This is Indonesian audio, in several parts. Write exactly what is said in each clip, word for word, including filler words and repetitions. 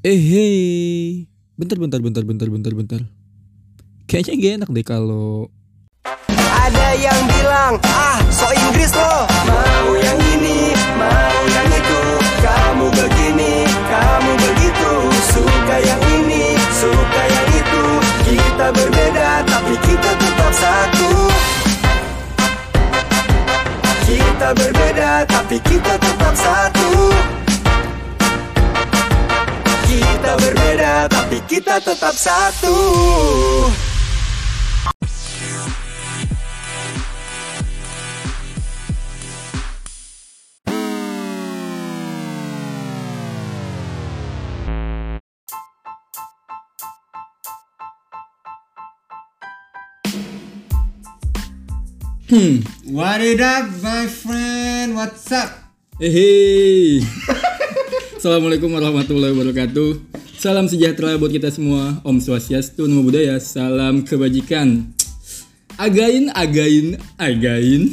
Eh hey, bentar bentar bentar bentar bentar bentar. Kayaknya gak enak deh kalau ada yang bilang, ah so Inggris lo. Mau yang ini, mau yang itu. Kamu begini, kamu begitu. Suka yang ini, suka yang itu. Kita berbeda tapi kita tetap satu. Kita berbeda tapi kita tetap satu. Kita berbeda tapi kita tetap satu. Hmm. What it up, my friend? What's up? Eh hey. Assalamualaikum warahmatullahi wabarakatuh. Salam sejahtera buat kita semua. Om Swastiastu, Namo Buddhaya. Salam kebajikan. Again, again, again.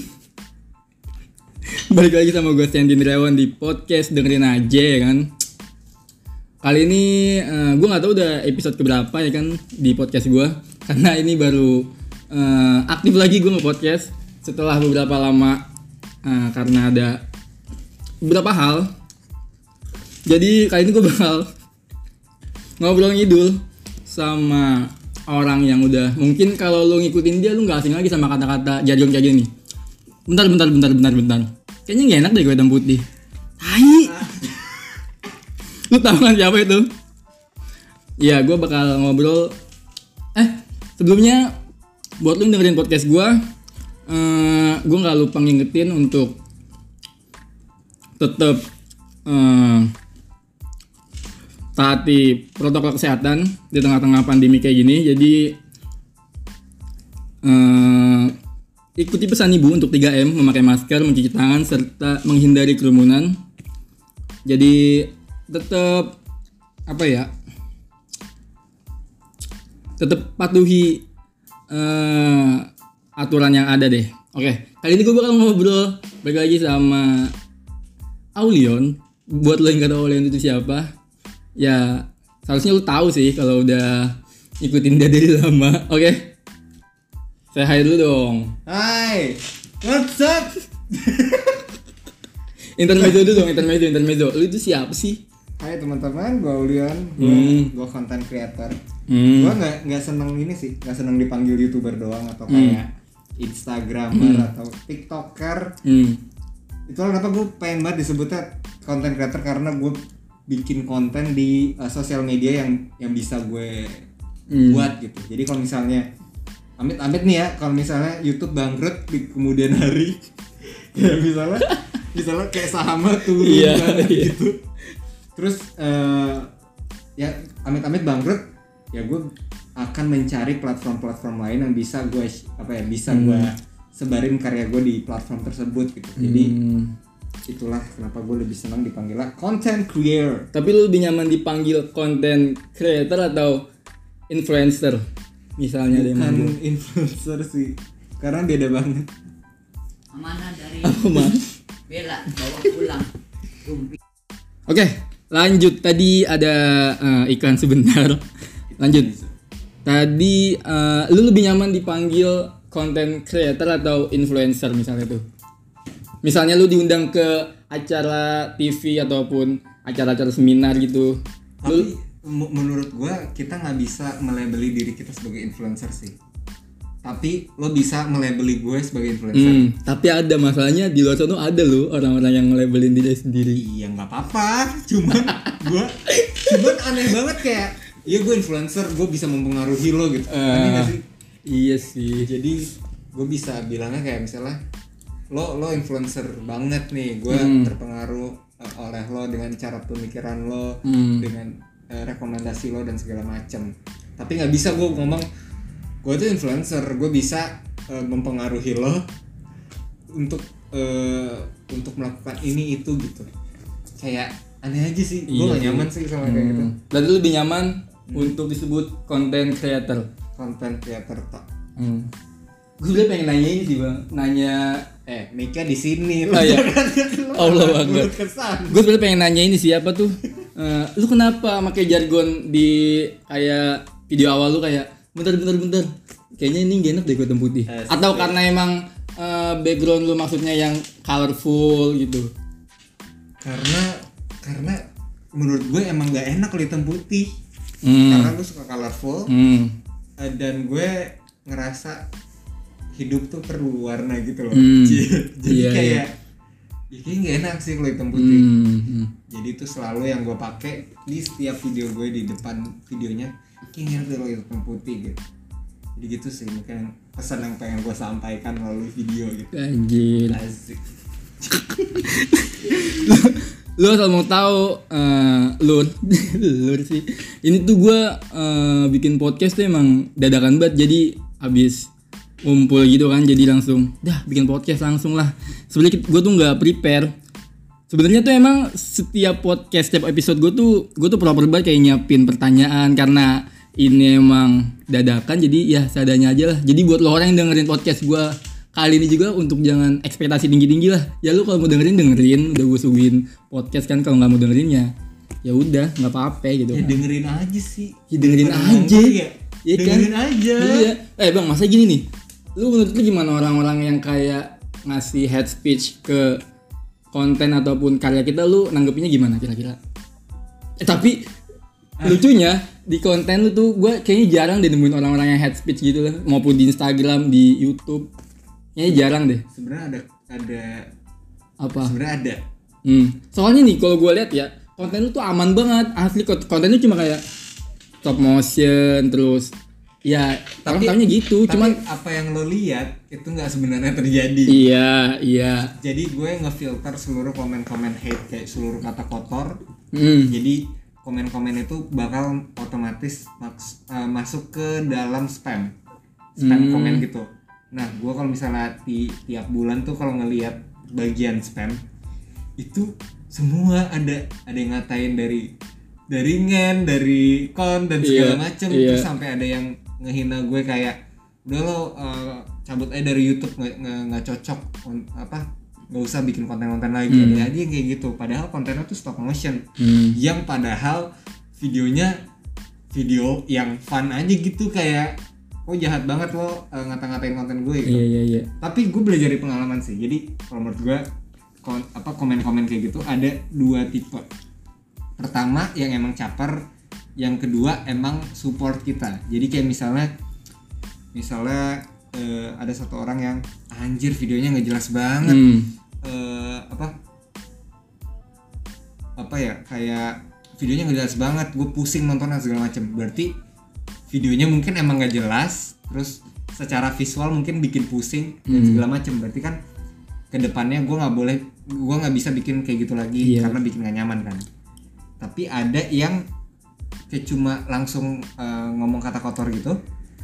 Balik lagi sama gue Sandi Indrawan di podcast dengerin aja ya kan. Kali ini uh, gue nggak tahu udah episode keberapa ya kan di podcast gue, karena ini baru uh, aktif lagi gue nge-podcast setelah beberapa lama uh, karena ada beberapa hal. Jadi kali ini gue bakal ngobrol ngidul sama orang yang udah, mungkin kalau lo ngikutin dia lo nggak asing lagi sama kata-kata jargon kayak gini. Bentar bentar bentar bentar bentar. Kayaknya nggak enak deh gue hitam putih. Tai. Lu tahu kan siapa itu? Iya, gue bakal ngobrol. Eh sebelumnya buat lu dengerin podcast gue, uh, gue nggak lupa ngingetin untuk tetap uh, taati protokol kesehatan di tengah-tengah pandemi kayak gini. Jadi uh, ikuti pesan ibu untuk tiga M, memakai masker, mencuci tangan, serta menghindari kerumunan. Jadi tetap apa ya? Tetap patuhi uh, aturan yang ada deh. Oke, kali ini gue bakal ngobrol balik lagi sama Aulion. Buat lo yang gak tau Aulion itu siapa, ya seharusnya lo tahu sih kalau udah ikutin dia dari lama. Oke, saya hai dulu dong. Hai, what's up? Intermezzo dulu dong, intermezzo, intermezzo. Lu itu siapa sih? Hai teman-teman, gue Aulion, gue Hmm. gue content creator. Hmm. Gue nggak nggak seneng ini sih, nggak seneng dipanggil youtuber doang atau kayak instagramer Hmm. atau tiktoker. Hmm. Itulah kenapa gue pengen banget disebutnya content creator, karena gue bikin konten di uh, sosial media yang yang bisa gue Hmm. buat gitu. Jadi kalau misalnya amit-amit nih ya, kalau misalnya YouTube bangkrut di kemudian hari, ya misalnya misalnya kayak sahamnya turun Iya, banget iya. gitu. Terus uh, ya amit-amit bangkrut, ya gue akan mencari platform-platform lain yang bisa gue apa ya bisa Hmm. gue sebarin karya gue di platform tersebut gitu. Jadi Hmm. itulah kenapa gue lebih senang dipanggilnya content creator. Tapi lu lebih nyaman dipanggil content creator atau influencer? Misalnya ada yang Bukan ngomong. influencer sih, karena beda banget. Amanah dari Apa mas? Bella bawa pulang rumpi. Oke, lanjut. Tadi ada uh, iklan sebentar. Lanjut. Tadi uh, lu lebih nyaman dipanggil content creator atau influencer misalnya tuh? Misalnya lu diundang ke acara T V ataupun acara-acara seminar gitu. Tapi Lu m- menurut gue kita nggak bisa melabeli diri kita sebagai influencer sih. Tapi lo bisa melabeli gue sebagai influencer. hmm, tapi ada masalahnya di luar sana, ada lu orang-orang yang nge-labelin diri sendiri. Iya nggak apa-apa. Cuman gue, cuman aneh banget kayak, iya gue influencer, gue bisa mempengaruhi lo gitu. Aneh nggak sih? Iya sih. Jadi gue bisa bilangnya kayak misalnya lo lo influencer banget nih, gue Hmm. terpengaruh uh, oleh lo dengan cara pemikiran lo, Hmm. dengan uh, rekomendasi lo dan segala macam. Tapi nggak bisa gue ngomong gue tuh influencer, gue bisa uh, mempengaruhi lo untuk uh, untuk melakukan ini itu gitu. Kayak aneh aja sih, gue Iya gak sih. nyaman sih sama kayak gitu. Hmm. Berarti lu lebih nyaman untuk disebut content creator. Content creator tak. Hmm. Gue sebenernya pengen nanya ini sih bang, nanya Eh, Mika di sini Oh, iya. Allah Akbar. Kesan. Gue sebenernya pengen nanya ini siapa tuh Eh, lu kenapa pakai jargon di kayak video awal lu kayak bentar bentar bentar kayaknya ini gak enak deh gue hitam putih Asik. atau karena emang eh, background lu maksudnya yang colorful gitu? Karena karena menurut gue emang nggak enak kalau hitam putih. Hmm. Karena gue suka colorful Hmm. eh, dan gue ngerasa hidup tuh perlu warna gitu loh. Hmm. Jadi Iya, kayak ya kayaknya nggak enak sih kalau hitam putih. Hmm. Hmm. Jadi itu selalu yang gue pakai di setiap video gue, di depan videonya kayaknya kalau hitam putih gitu. Jadi gitu sih mungkin pesan yang pengen gue sampaikan melalui video gitu. Anjir. Asik. Lu asal mau tahu uh, lur lur sih ini tuh gue uh, bikin podcast tuh emang dadakan banget, jadi abis ngumpul gitu kan jadi langsung dah bikin podcast langsung lah. Sebenarnya gue tuh nggak prepare. Sebenarnya tuh emang setiap podcast setiap episode gue tuh gue tuh proper banget kayak nyiapin pertanyaan karena ini emang dadakan jadi ya seadanya aja lah. Jadi buat lo orang yang dengerin podcast gue kali ini juga untuk jangan ekspektasi tinggi-tinggi lah. Ya lu kalau mau dengerin dengerin, udah gue suguhin podcast kan. Kalau nggak mau dengerin ya ya udah nggak apa-apa gitu. Ya kan. dengerin aja sih. Ya dengerin Pada aja. ngomong ya. Iya kan? Dengerin aja. Iya. Eh bang, masa gini nih. Lu menurut lu gimana orang-orang yang kayak ngasih head speech ke konten ataupun karya kita, lu nanggepinnya gimana kira-kira? Eh tapi lucunya di konten lu tuh gue kayaknya jarang deh nemuin orang-orang yang head speech gitu lah, maupun di Instagram, di YouTube. Kayaknya jarang deh. Sebenarnya ada ada Apa? sebenarnya ada. Hmm. Soalnya nih kalau gue lihat ya konten lu tuh aman banget asli. Konten lu cuma kayak stop motion terus ya orang tahunya gitu. Tapi Cuman apa yang lo lihat itu nggak sebenarnya terjadi. iya iya. Jadi gue ngefilter seluruh komen-komen hate kayak seluruh kata kotor. Hmm. Jadi komen-komen itu bakal otomatis maks- uh, masuk ke dalam spam spam Hmm. komen gitu. Nah gue kalau misalnya ti- tiap bulan tuh kalau ngelihat bagian spam itu semua ada ada yang ngatain dari dari ngen, dari kon dan segala Iya, macem. iya. Terus sampai ada yang ngehina gue kayak udah lo uh, cabut aja dari YouTube, nggak nggak- nggak cocok on- apa nggak usah bikin konten-konten lagi. Hmm. Ada aja yang kayak gitu padahal kontennya tuh stop motion Hmm. yang padahal videonya video yang fun aja gitu kayak oh jahat banget lo uh, ngata-ngatain konten gue gitu. Iya iya iya. Tapi gue belajar dari pengalaman sih. Jadi kalau menurut gue kon- apa komen-komen kayak gitu ada dua tipe. Pertama yang emang caper, yang kedua emang support kita. Jadi kayak misalnya misalnya eh, ada satu orang yang anjir videonya nggak jelas banget. Hmm. Eh, apa apa ya kayak videonya nggak jelas banget, gue pusing nontonnya segala macem. Berarti videonya mungkin emang nggak jelas, terus secara visual mungkin bikin pusing dan Hmm. segala macem. Berarti kan kedepannya gue nggak boleh, gue nggak bisa bikin kayak gitu lagi. Iya. Karena bikin nggak nyaman kan. Tapi ada yang kayak cuma langsung eh, ngomong kata kotor gitu,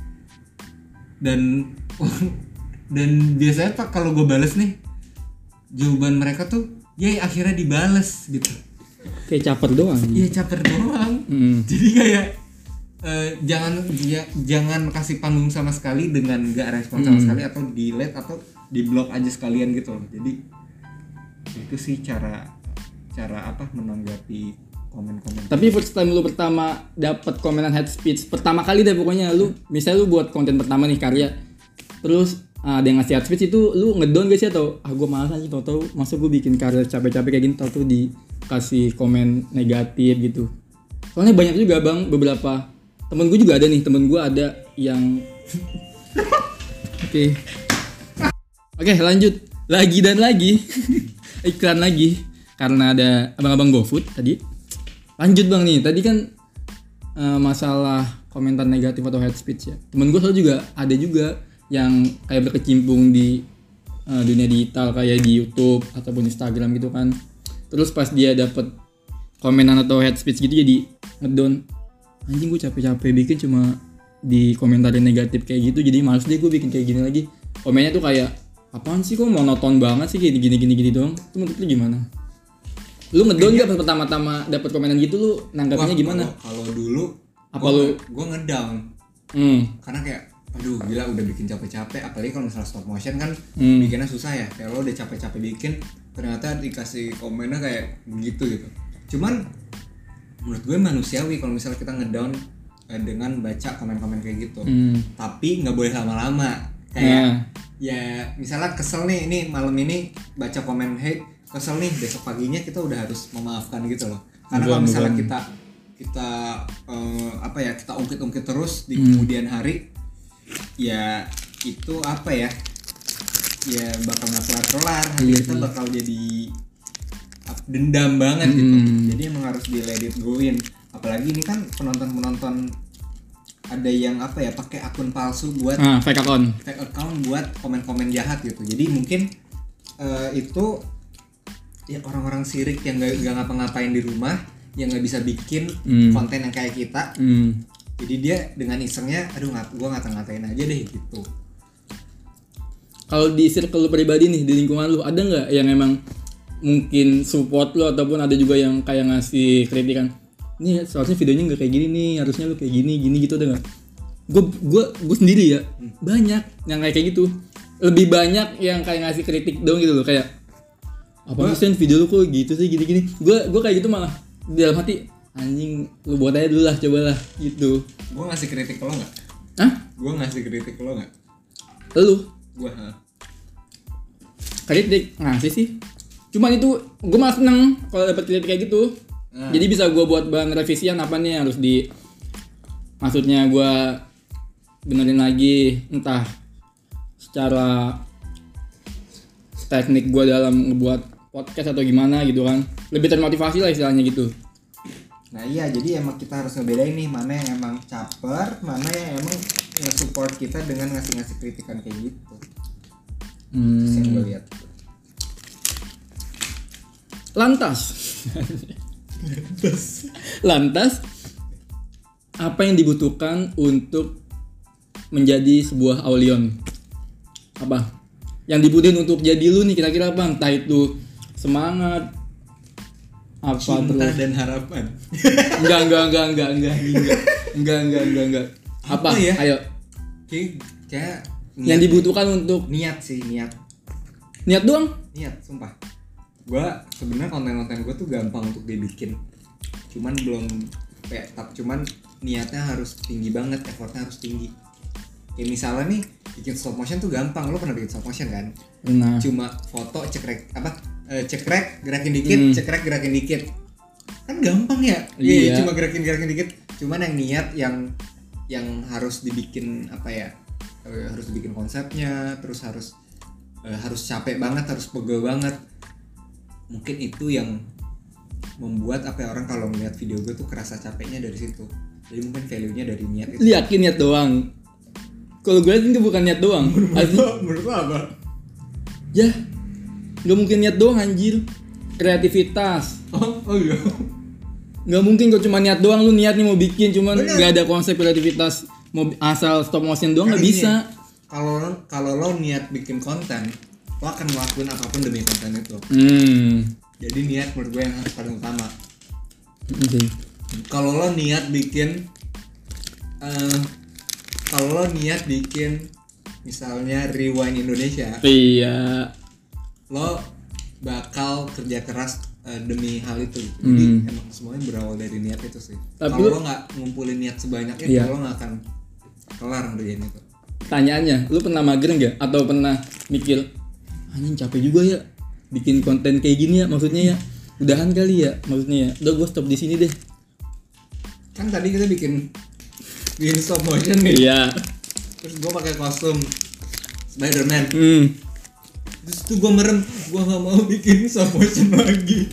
dan dan biasanya pak kalau gue bales nih jawaban mereka tuh ya akhirnya dibales gitu. Kayak caper doang. Iya caper doang. Hmm. Jadi kayak eh, jangan ya, jangan kasih panggung sama sekali dengan gak respon sama Hmm. sekali, atau delete atau di blok aja sekalian gitu loh. Jadi itu sih cara cara apa menanggapi komen-komen. Tapi first time lu pertama dapat komenan head speech, pertama kali deh pokoknya lu, misalnya lu buat konten pertama nih karya, terus uh, ada yang ngasih head speech itu lu ngedown gak sih atau ah gue malas aja tau-tau masa gue bikin karya capek-capek kayak gini tau-tau dikasih komen negatif gitu. Soalnya banyak juga bang, beberapa temen gue juga ada nih, temen gue ada yang oke oke lanjut lagi dan lagi iklan lagi karena ada abang-abang GoFood tadi. Lanjut bang nih, tadi kan uh, masalah komentar negatif atau hate speech ya. Temen gue soalnya juga ada juga yang kayak berkecimpung di uh, dunia digital kayak di YouTube ataupun Instagram gitu kan. Terus pas dia dapet komenan atau hate speech gitu jadi ngedown. Anjing gue capek-capek bikin cuma di komentarin negatif kayak gitu, jadi males deh gue bikin kayak gini lagi. Komennya tuh kayak apaan sih kok monoton banget sih kayak gini-gini gini doang. Itu menurut lu gimana? Lu ngedown gak pas pertama-tama dapat komenan gitu, lu nanggapinnya Wah, gimana? Kalau kalau dulu Apa gua, lu- gue ngedown Hmm. karena kayak aduh gila udah bikin capek-capek, apalagi kalau misalnya stop motion kan Hmm. bikinnya susah ya. Kayak lo udah capek-capek bikin ternyata dikasih komennya kayak begitu gitu. Cuman menurut gue manusiawi kalau misalnya kita ngedown eh, dengan baca komen-komen kayak gitu. Hmm. Tapi nggak boleh lama-lama. Kayak Nah. ya misalnya kesel nih, ini malam ini baca komen hate, kesel nih, besok paginya kita udah harus memaafkan gitu loh. Karena kalau Bukan, misalnya bukan. kita kita eh, apa ya kita ungkit-ungkit terus di Hmm. kemudian hari, ya itu apa ya? Ya bakal nggak kelar-kelar, hati Iya kita sih. bakal jadi ap- dendam banget gitu. Hmm. Jadi emang harus di let it go-in. Apalagi ini kan penonton-penonton ada yang apa ya pakai akun palsu buat Ah, fake account. fake account buat komen-komen jahat gitu. Jadi mungkin eh, itu ya orang-orang sirik yang nggak nggak ngapa-ngapain di rumah, yang nggak bisa bikin Hmm. konten yang kayak kita. Hmm. Jadi dia dengan isengnya, aduh ngat, gue ngata-ngatain aja deh gitu. Kalau di circle lu pribadi nih, di lingkungan lu, ada nggak yang emang mungkin support lu ataupun ada juga yang kayak ngasih kritikan? Nih seharusnya videonya nggak kayak gini nih, harusnya lu kayak gini, gini gitu ada nggak? Gue gue gue sendiri ya banyak yang kayak kayak gitu. Lebih banyak yang kayak ngasih kritik dong gitu loh, kayak apa sih Sen, video lu kok gitu sih gini-gini. Gue gue kayak gitu malah di dalam hati, anjing lu buat aja dulu lah, cobalah gitu. Gue ngasih kritik ke lo nggak? Hah? Gue ngasih kritik ke lo nggak? Lu Gue ha. kritik ngasih sih, cuman itu gue malah seneng kalau dapet kritik kayak gitu. Nah. Jadi bisa gue buat bahan revisian apa nih yang harus di, maksudnya gue benerin lagi, entah secara teknik gue dalam ngebuat podcast atau gimana gitu kan, lebih termotivasi lah istilahnya gitu. Nah iya, jadi emang kita harus ngebedain nih mana yang emang caper, mana yang emang yang support kita dengan ngasih-ngasih kritikan kayak gitu. Terus yang gue lihat. Lantas, lantas apa yang dibutuhkan untuk menjadi sebuah Aulion? Apa yang dibutuhin untuk jadi lu nih kira-kira apa? Entah itu semangat, apa Cinta terus? dan harapan. Enggak, enggak, enggak, enggak, enggak, enggak, enggak, enggak, enggak, enggak. Apa? Apa ya? Ayo. Kayak, kayak Yang dibutuhkan untuk niat sih, niat. niat doang. Niat, sumpah. Gue sebenarnya konten-konten gue tuh gampang untuk dibikin. Cuman belum kayak tap, cuman niatnya harus tinggi banget, effortnya harus tinggi. Kayak misalnya nih bikin stop motion tuh gampang, lo pernah bikin stop motion kan? Nah, Cuma foto cekrek apa eh, cekrek gerakin dikit, Hmm. cekrek gerakin dikit, kan gampang ya? Iya. Cuma gerakin gerakin dikit. Cuman yang niat yang yang harus dibikin apa ya? Eh, harus dibikin konsepnya, terus harus eh, harus capek banget, harus pegel banget. Mungkin itu yang membuat apa ya, orang kalau melihat video gue tuh kerasa capeknya dari situ. Jadi mungkin value-nya dari niat itu. lu yakin niat doang? Kalau gue yakin itu bukan niat doang. Asli. Menurut lo apa? Ya, nggak mungkin niat doang anjir. Kreativitas. Oh, oh iya. Nggak mungkin kok cuma niat doang, lu niat nih mau bikin cuman Bener. nggak ada konsep kreativitas, mau asal stop motion doang nggak Karena bisa. gini, Kalau kalau lo niat bikin konten, lo akan ngelakuin apapun demi konten itu. Hmm. Jadi niat menurut gue yang harus paling utama. Oke. Kalau lo niat bikin, eh kalau lo niat bikin, misalnya Rewind Indonesia, Iya. lo bakal kerja keras eh, demi hal itu. Jadi Hmm. emang semuanya berawal dari niat itu sih. Tapi Kalau lu- lo nggak ngumpulin niat sebanyak itu, Iya. lo nggak akan kelar ngerjain itu. Tanyaannya, lu pernah mager nggak? Atau pernah mikir, anjing capek juga ya bikin konten kayak gini ya, maksudnya ya udahan kali ya, maksudnya ya udah gue stop di sini deh. Kan tadi kita bikin bikin stop motion nih. Iya. Terus gue pakai kostum Spider-Man. Hmm. Terus tuh gue merem, gue gak mau bikin stop motion lagi.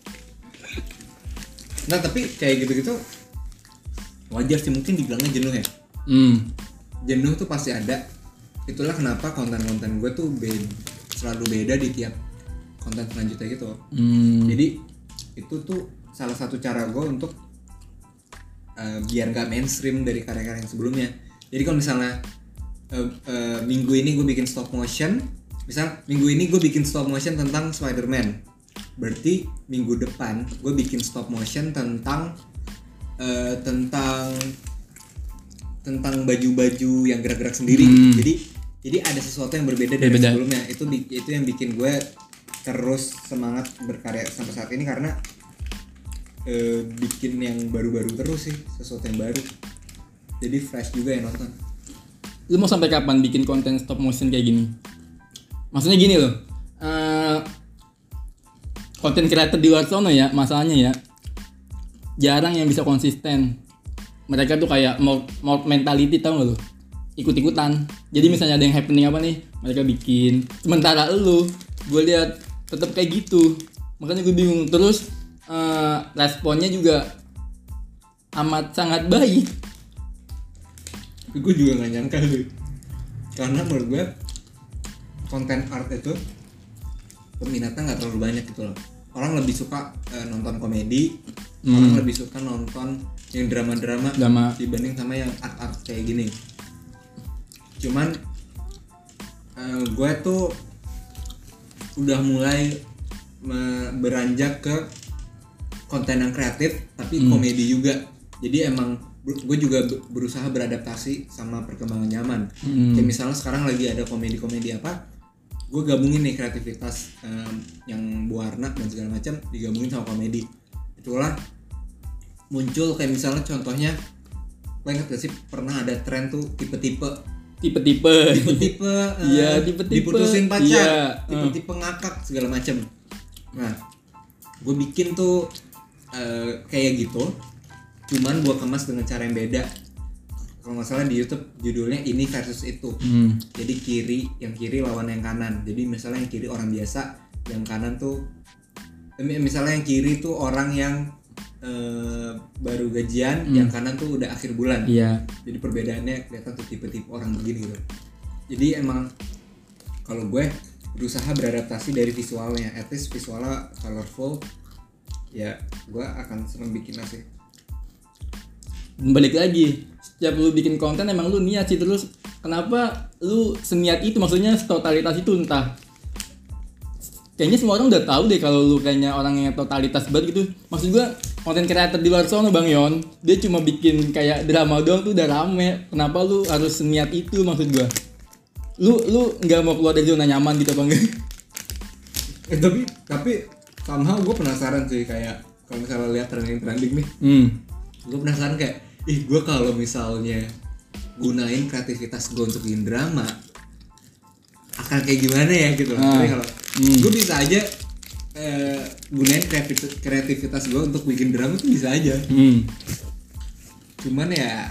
Nah tapi kayak gitu-gitu wajar sih, mungkin dibilangnya jenuh ya. Hmm. Jenuh tuh pasti ada. Itulah kenapa konten-konten gue tuh beda, selalu beda di tiap konten selanjutnya gitu. Hmm. Jadi itu tuh salah satu cara gue untuk uh, biar gak mainstream dari karya-karya yang sebelumnya. Jadi kalau misalnya uh, uh, minggu ini gue bikin stop motion, misal minggu ini gue bikin stop motion tentang Spider-Man, berarti minggu depan gue bikin stop motion tentang uh, tentang tentang baju-baju yang gerak-gerak sendiri. Hmm. Jadi jadi ada sesuatu yang berbeda dari Berbeda. sebelumnya. Itu bi- itu yang bikin gue terus semangat berkarya sampai saat ini, karena eh, bikin yang baru-baru terus sih, sesuatu yang baru. Jadi fresh juga yang nonton. Lu mau sampai kapan bikin konten stop motion kayak gini? Maksudnya gini loh, uh, konten creator di luar sana ya, masalahnya ya jarang yang bisa konsisten. Mereka tuh kayak mob, mob mentality, tau gak lu? Ikut-ikutan. Jadi misalnya ada yang happening apa nih, mereka bikin. Sementara lu, gue lihat tetap kayak gitu. Makanya gue bingung. Terus uh, responnya juga amat sangat baik. Gue juga nggak nyangka sih, karena menurut gue konten art itu peminatnya nggak terlalu banyak gitu loh. Orang lebih suka eh, nonton komedi, hmm. orang lebih suka nonton yang drama-drama Drama. dibanding sama yang art-art kayak gini. Cuman eh, gue tuh udah mulai me- beranjak ke konten yang kreatif tapi hmm. komedi juga. Jadi emang gue juga berusaha beradaptasi sama perkembangan zaman. Hmm. Kayak misalnya sekarang lagi ada komedi-komedi apa, gue gabungin nih kreativitas um, yang berwarna dan segala macam digabungin sama komedi. Itulah muncul kayak misalnya contohnya, lo ingat gak sih pernah ada tren tuh tipe-tipe Tipe-tipe tipe-tipe iya, uh, tipe-tipe diputusin pacar, iya. tipe-tipe ngakak segala macam. Nah, gue bikin tuh uh, kayak gitu, cuman gue kemas dengan cara yang beda. Kalau nggak salah di YouTube judulnya ini versus itu. Hmm. Jadi kiri, yang kiri lawan yang kanan. Jadi misalnya yang kiri orang biasa, yang kanan tuh misalnya yang kiri tuh orang yang uh, baru gajian, hmm. yang kanan tuh udah akhir bulan. Iya. Jadi perbedaannya kelihatan tuh tipe-tipe orang begini gitu. Jadi emang kalau gue berusaha beradaptasi dari visualnya, at least visualnya colorful. Ya, gue akan seneng bikin sih. Balik lagi, setiap lu bikin konten emang lu niat sih. Terus kenapa lu seniat itu, maksudnya totalitas itu? Entah, kayaknya semua orang udah tahu deh kalau lu kayaknya orang yang totalitas banget gitu. Maksud gua konten creator di luar sana Bang Yon, dia cuma bikin kayak drama doang tuh udah rame. Kenapa lu harus seniat itu, maksud gua? Lu lu nggak mau keluar dari zona nyaman gitu apa enggak? Eh tapi tapi somehow gue penasaran sih, kayak kalau misalnya lihat trending-trending nih, hmm. gue penasaran kayak, ih gue kalau misalnya gunain kreativitas gue untuk bikin drama akan kayak gimana ya gitu. Ah. Jadi kalau hmm. gue bisa aja eh, gunain kreativitas, kreativitas gue untuk bikin drama tuh bisa aja. Hmm. Cuman ya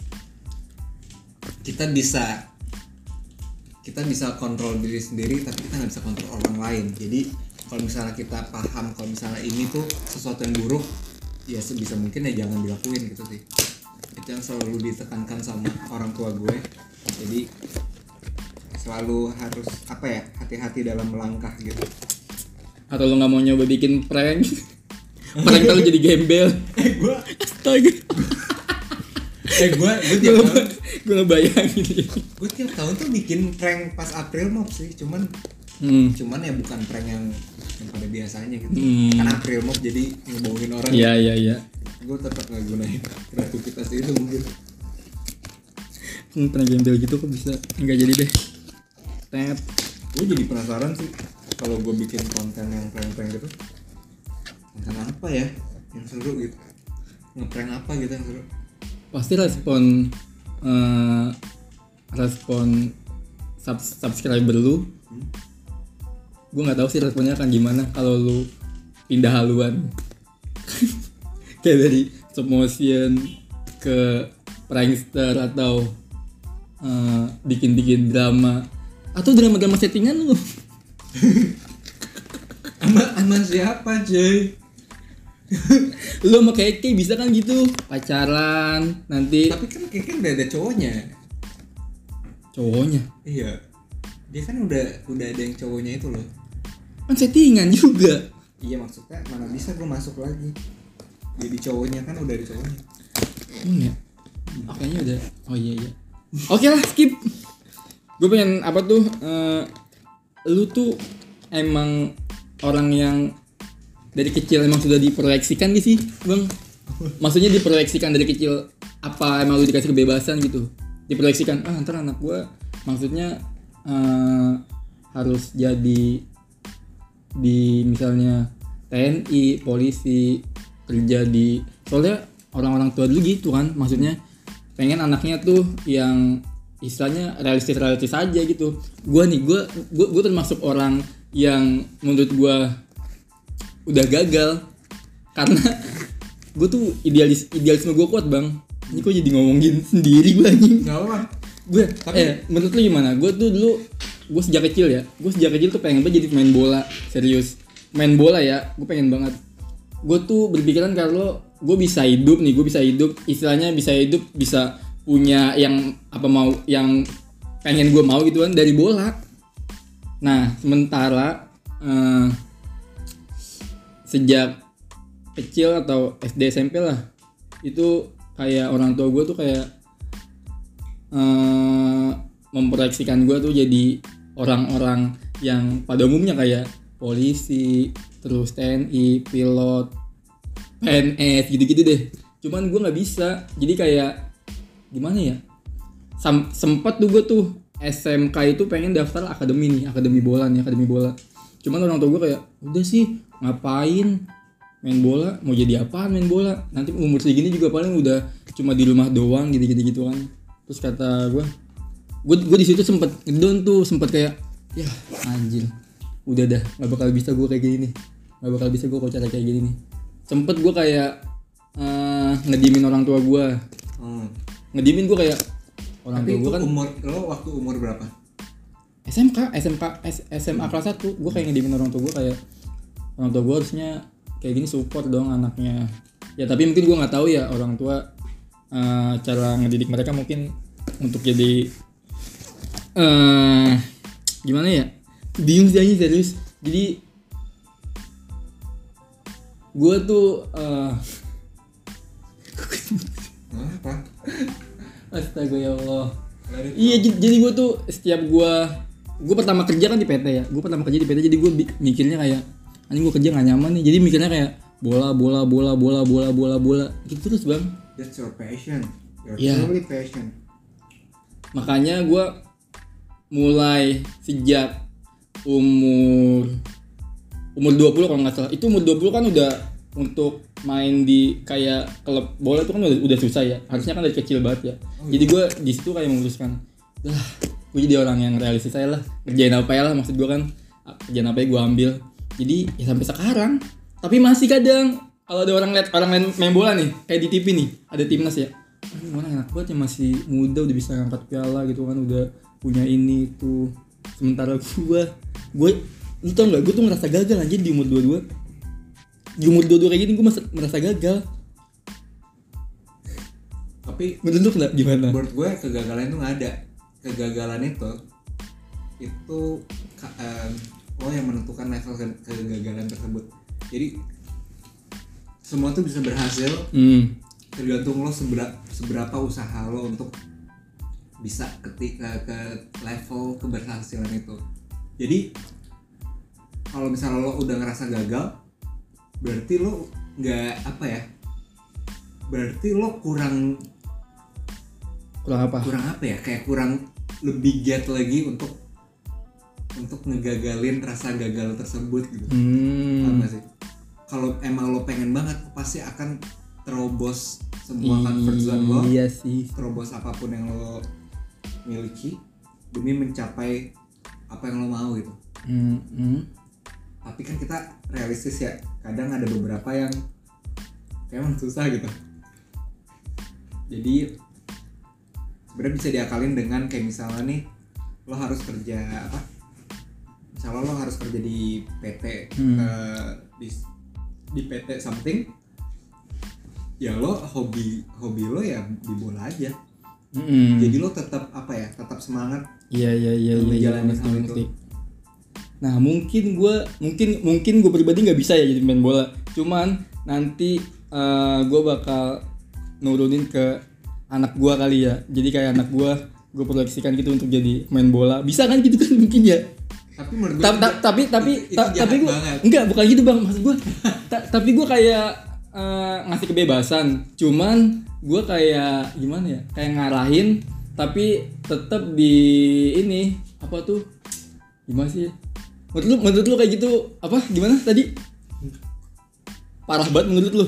kita bisa kita bisa kontrol diri sendiri, tapi kita nggak bisa kontrol orang lain. Jadi kalau misalnya kita paham kalau misalnya ini tuh sesuatu yang buruk, ya sebisa mungkin ya jangan dilakuin gitu sih. Itu yang selalu ditekankan sama orang tua gue. Jadi selalu harus apa ya, hati-hati dalam melangkah gitu. Atau lu nggak mau nyoba bikin prank? Prank kalau jadi gembel. Eh gue, astaga. eh gue, gue tiap tahun, gue ngebayangin. Gue tiap tahun tuh bikin prank pas April Mop sih, cuman, hmm. cuman ya bukan prank yang, yang pada biasanya gitu. Hmm. Karena April Mop jadi ngebohongin orang. Iya iya iya. Gue tetap nggak gunain kreativitas itu mungkin. Hmm, pernah gembel gitu kok bisa nggak jadi deh. Tet. Gue jadi penasaran sih kalau gue bikin konten yang prank-prank gitu, konten apa ya yang seru gitu, ngeprank apa gitu yang seru. Pasti respon uh, respon sub- subscriber lu, hmm? gue nggak tahu sih responnya akan gimana kalau lu pindah haluan. Kayak dari stop motion ke prankster atau uh, bikin-bikin drama atau drama-drama settingan lu. Ama ama siapa cuy? Lu sama Keke bisa kan gitu pacaran nanti. Tapi kan Keke udah ada cowoknya. Cowoknya? Iya. Dia kan udah udah ada yang cowoknya itu loh. Kan settingan juga. Iya maksudnya mana bisa gue masuk lagi. Jadi cowoknya kan udah ada cowoknya. Hmm ya. Oh, kayaknya udah. Oh iya iya. Oke lah skip. Gue pengen apa tuh? Uh, lu tuh emang orang yang dari kecil emang sudah diproyeksikan gitu sih Bang? Maksudnya diproyeksikan dari kecil, apa emang lu dikasih kebebasan gitu? Diproyeksikan, ah ntar anak gue maksudnya uh, harus jadi di misalnya T N I, polisi, kerja di, soalnya orang-orang tua dulu gitu kan, maksudnya pengen anaknya tuh yang istilahnya realistis-realistis aja gitu. Gue nih, gue gue gue termasuk orang yang menurut gue udah gagal karena gue tuh idealis idealisme gue kuat bang. Ini kok jadi ngomongin sendiri gue anjing. Nggak apa. Gue Tapi- eh menurut lu gimana? Gue tuh dulu gue sejak kecil ya, gue sejak kecil tuh pengen banget jadi pemain bola, serius. Main bola ya, gue pengen banget. Gue tuh berpikiran kalau gue bisa hidup nih, gue bisa hidup, istilahnya bisa hidup, bisa punya yang apa mau, yang pengen gue mau gitu kan dari bola. Nah sementara eh, sejak kecil atau S D S M P lah, itu kayak orang tua gue tuh kayak eh, memproyeksikan gue tuh jadi orang-orang yang pada umumnya kayak polisi, terus T N I, pilot, P N S gitu-gitu deh. Cuman gue nggak bisa, jadi kayak gimana ya? Sam- sempet tuh gue tuh S M K itu pengen daftar akademi nih, akademi bola nih, akademi bola. Cuman orang tua gue kayak udah sih ngapain main bola, mau jadi apaan main bola? Nanti umur segini juga paling udah cuma di rumah doang gitu-gitu gitu kan. Terus kata gue, gue gue di situ sempet ngedon tuh, sempet kayak ya anjir, udah dah nggak bakal bisa gue kayak gini nih, nggak bakal bisa gue kalau cara kayak gini nih. Sempet gue kayak uh, ngediemin orang tua gue, Hmm. ngediemin gue kayak orang Tapi tua itu gue kan umur lo waktu umur berapa? S M K, S M K, S- SMA kelas satu, gue kayak ngediemin orang tua gue kayak orang tua gue harusnya kayak gini support dong anaknya. Ya tapi mungkin gue nggak tahu ya orang tua uh, cara ngedidik mereka mungkin untuk jadi uh, gimana ya? Bingung sih anjing, serius. Jadi gue tuh uh, Hah, apa? astaga ya Allah. Let it Iya j- jadi gue tuh setiap gue gue pertama kerja kan di P T ya, gue pertama kerja di P T jadi gue bi- mikirnya kayak anjing gue kerja nggak nyaman nih, jadi mikirnya kayak bola bola bola bola bola bola bola gitu terus bang. That's your passion. Your Yeah. truly passion. Makanya gue mulai sejak umur umur dua puluh kalau nggak salah, itu umur dua puluh kan udah untuk main di kayak klub bola itu kan udah, udah susah ya, harusnya kan dari kecil banget ya. Jadi gue di situ kayak memutuskan, dah gue jadi orang yang realistis aja lah, kerjain apa ya lah, maksud gue kan kerjain apa ya gue ambil. Jadi ya sampai sekarang, tapi masih kadang kalau ada orang lihat orang lain main bola nih, kayak di T V nih, ada timnas ya, aduh mana enak banget ya, masih muda udah bisa ngangkat piala gitu kan, udah punya ini itu. Sementara gue, gue lu tau nggak, gue tuh ngerasa gagal aja di umur dua puluh dua. Di umur dua puluh dua kayak gini gue merasa gagal. Tapi Menurut lu kenapa, gimana? menurut gue kegagalan itu nggak ada. Kegagalan itu itu ka- em, lo yang menentukan level ke- kegagalan tersebut. Jadi semua tuh bisa berhasil Hmm. tergantung lo sebera- seberapa usaha lo untuk bisa ketika ke level keberhasilan itu. Jadi kalau misalnya lo udah ngerasa gagal, berarti lo nggak apa ya? Berarti lo kurang Kurang apa? kurang apa ya? Kayak kurang lebih giat lagi untuk untuk ngegagalin rasa gagal tersebut gitu. Hmm. Paham gak sih? Kalau emang lo pengen banget, pasti akan terobos semua comfort zone lo, Iya sih. terobos apapun yang lo miliki demi mencapai apa yang lo mau gitu. Hmm. Hmm. Tapi kan kita realistis ya, kadang ada beberapa yang kayak emang susah gitu. Jadi sebenarnya bisa diakalin dengan kayak misalnya nih, lo harus kerja apa? Misalnya lo harus kerja di P T, Hmm. eh, di di P T something, ya lo hobi hobi lo ya di bola aja. Hmm. Jadi lo tetap apa ya? Tetap semangat. Iya iya iya Dalam iya. iya, menjalani ngerti, hal ngerti. itu. Nah mungkin gue mungkin mungkin gue pribadi nggak bisa ya jadi main bola. Cuman nanti uh, gue bakal nurunin ke anak gue kali ya. Jadi kayak anak gue gue proyeksikan gitu untuk jadi main bola. Bisa kan gitu kan mungkin ya. Tapi menurut gue Ta- ta- tapi tapi itu, ta- itu tapi jahat gue banget. enggak bukan gitu bang, maksud gue ta- tapi gue kayak eh, ngasih kebebasan, cuman gue kayak gimana ya, kayak ngarahin tapi tetap di ini apa tuh, gimana sih menurut lu menurut lu kayak gitu apa gimana tadi, parah banget menurut lu?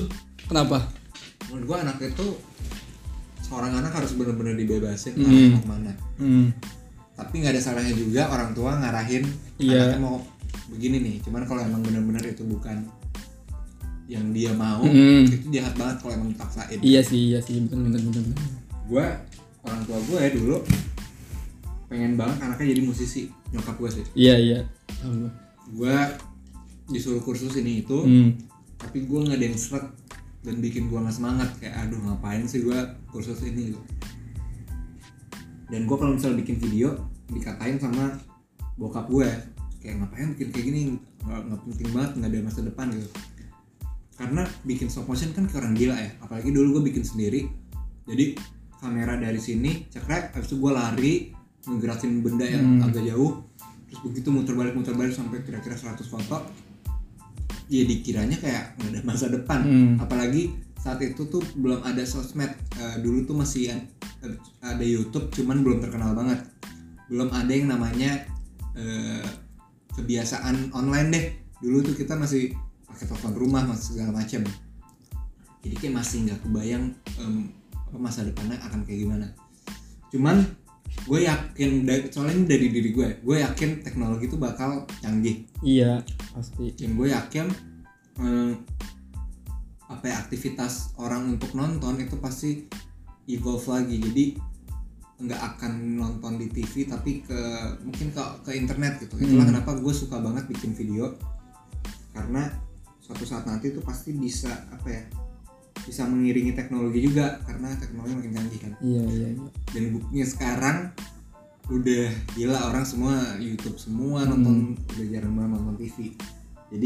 Kenapa? Menurut gue anak itu seorang anak harus benar-benar dibebasin Hmm. arah mau kemana. Hmm. Tapi nggak ada salahnya juga orang tua ngarahin Iya. anaknya mau begini nih. Cuman kalau emang benar-benar itu bukan yang dia mau, Hmm. itu jahat banget kalau emang dipaksain. Iya sih, iya sih, bener bener bener. Gue orang tua gue ya dulu pengen banget anaknya jadi musisi, nyokap gue sih. Iya iya. Tahu gua. Gue disuruh kursus ini itu, Hmm. tapi gue nggak ada yang seret dan bikin gue nggak semangat, kayak aduh ngapain sih gue kursus ini gitu. Dan gue kalau misalnya bikin video dikatain sama bokap gue kayak ngapain bikin kayak gini, nggak nggak penting banget, nggak ada masa depan gitu. Karena bikin stop motion kan kayak orang gila ya, apalagi dulu gue bikin sendiri. Jadi kamera dari sini cekrek, habis itu gue lari ngegerakin benda yang Hmm. agak jauh, terus begitu muter balik muter balik sampai kira-kira seratus foto. Ya dikiranya kayak nggak ada masa depan. Hmm. Apalagi saat itu tuh belum ada sosmed. Uh, dulu tuh masih uh, ada YouTube, cuman belum terkenal banget. Belum ada yang namanya uh, kebiasaan online deh. Dulu tuh kita masih pakai telepon rumah, masih segala macam. Jadi kayak masih nggak kebayang um, apa masa depannya akan kayak gimana. Cuman gue yakin, soalnya ini dari diri gue, gue yakin teknologi itu bakal canggih. Iya, pasti. Dan gue yakin eh, apa ya, aktivitas orang untuk nonton itu pasti evolve lagi. Jadi nggak akan nonton di T V tapi ke mungkin ke ke internet gitu. Itulah Hmm. kenapa gue suka banget bikin video, karena suatu saat nanti tuh pasti bisa apa ya, bisa mengiringi teknologi juga karena teknologi makin canggih kan. Iya iya iya. Dan buktinya sekarang udah gila, orang semua YouTube semua Hmm. nonton, udah jarang banget nonton T V. Jadi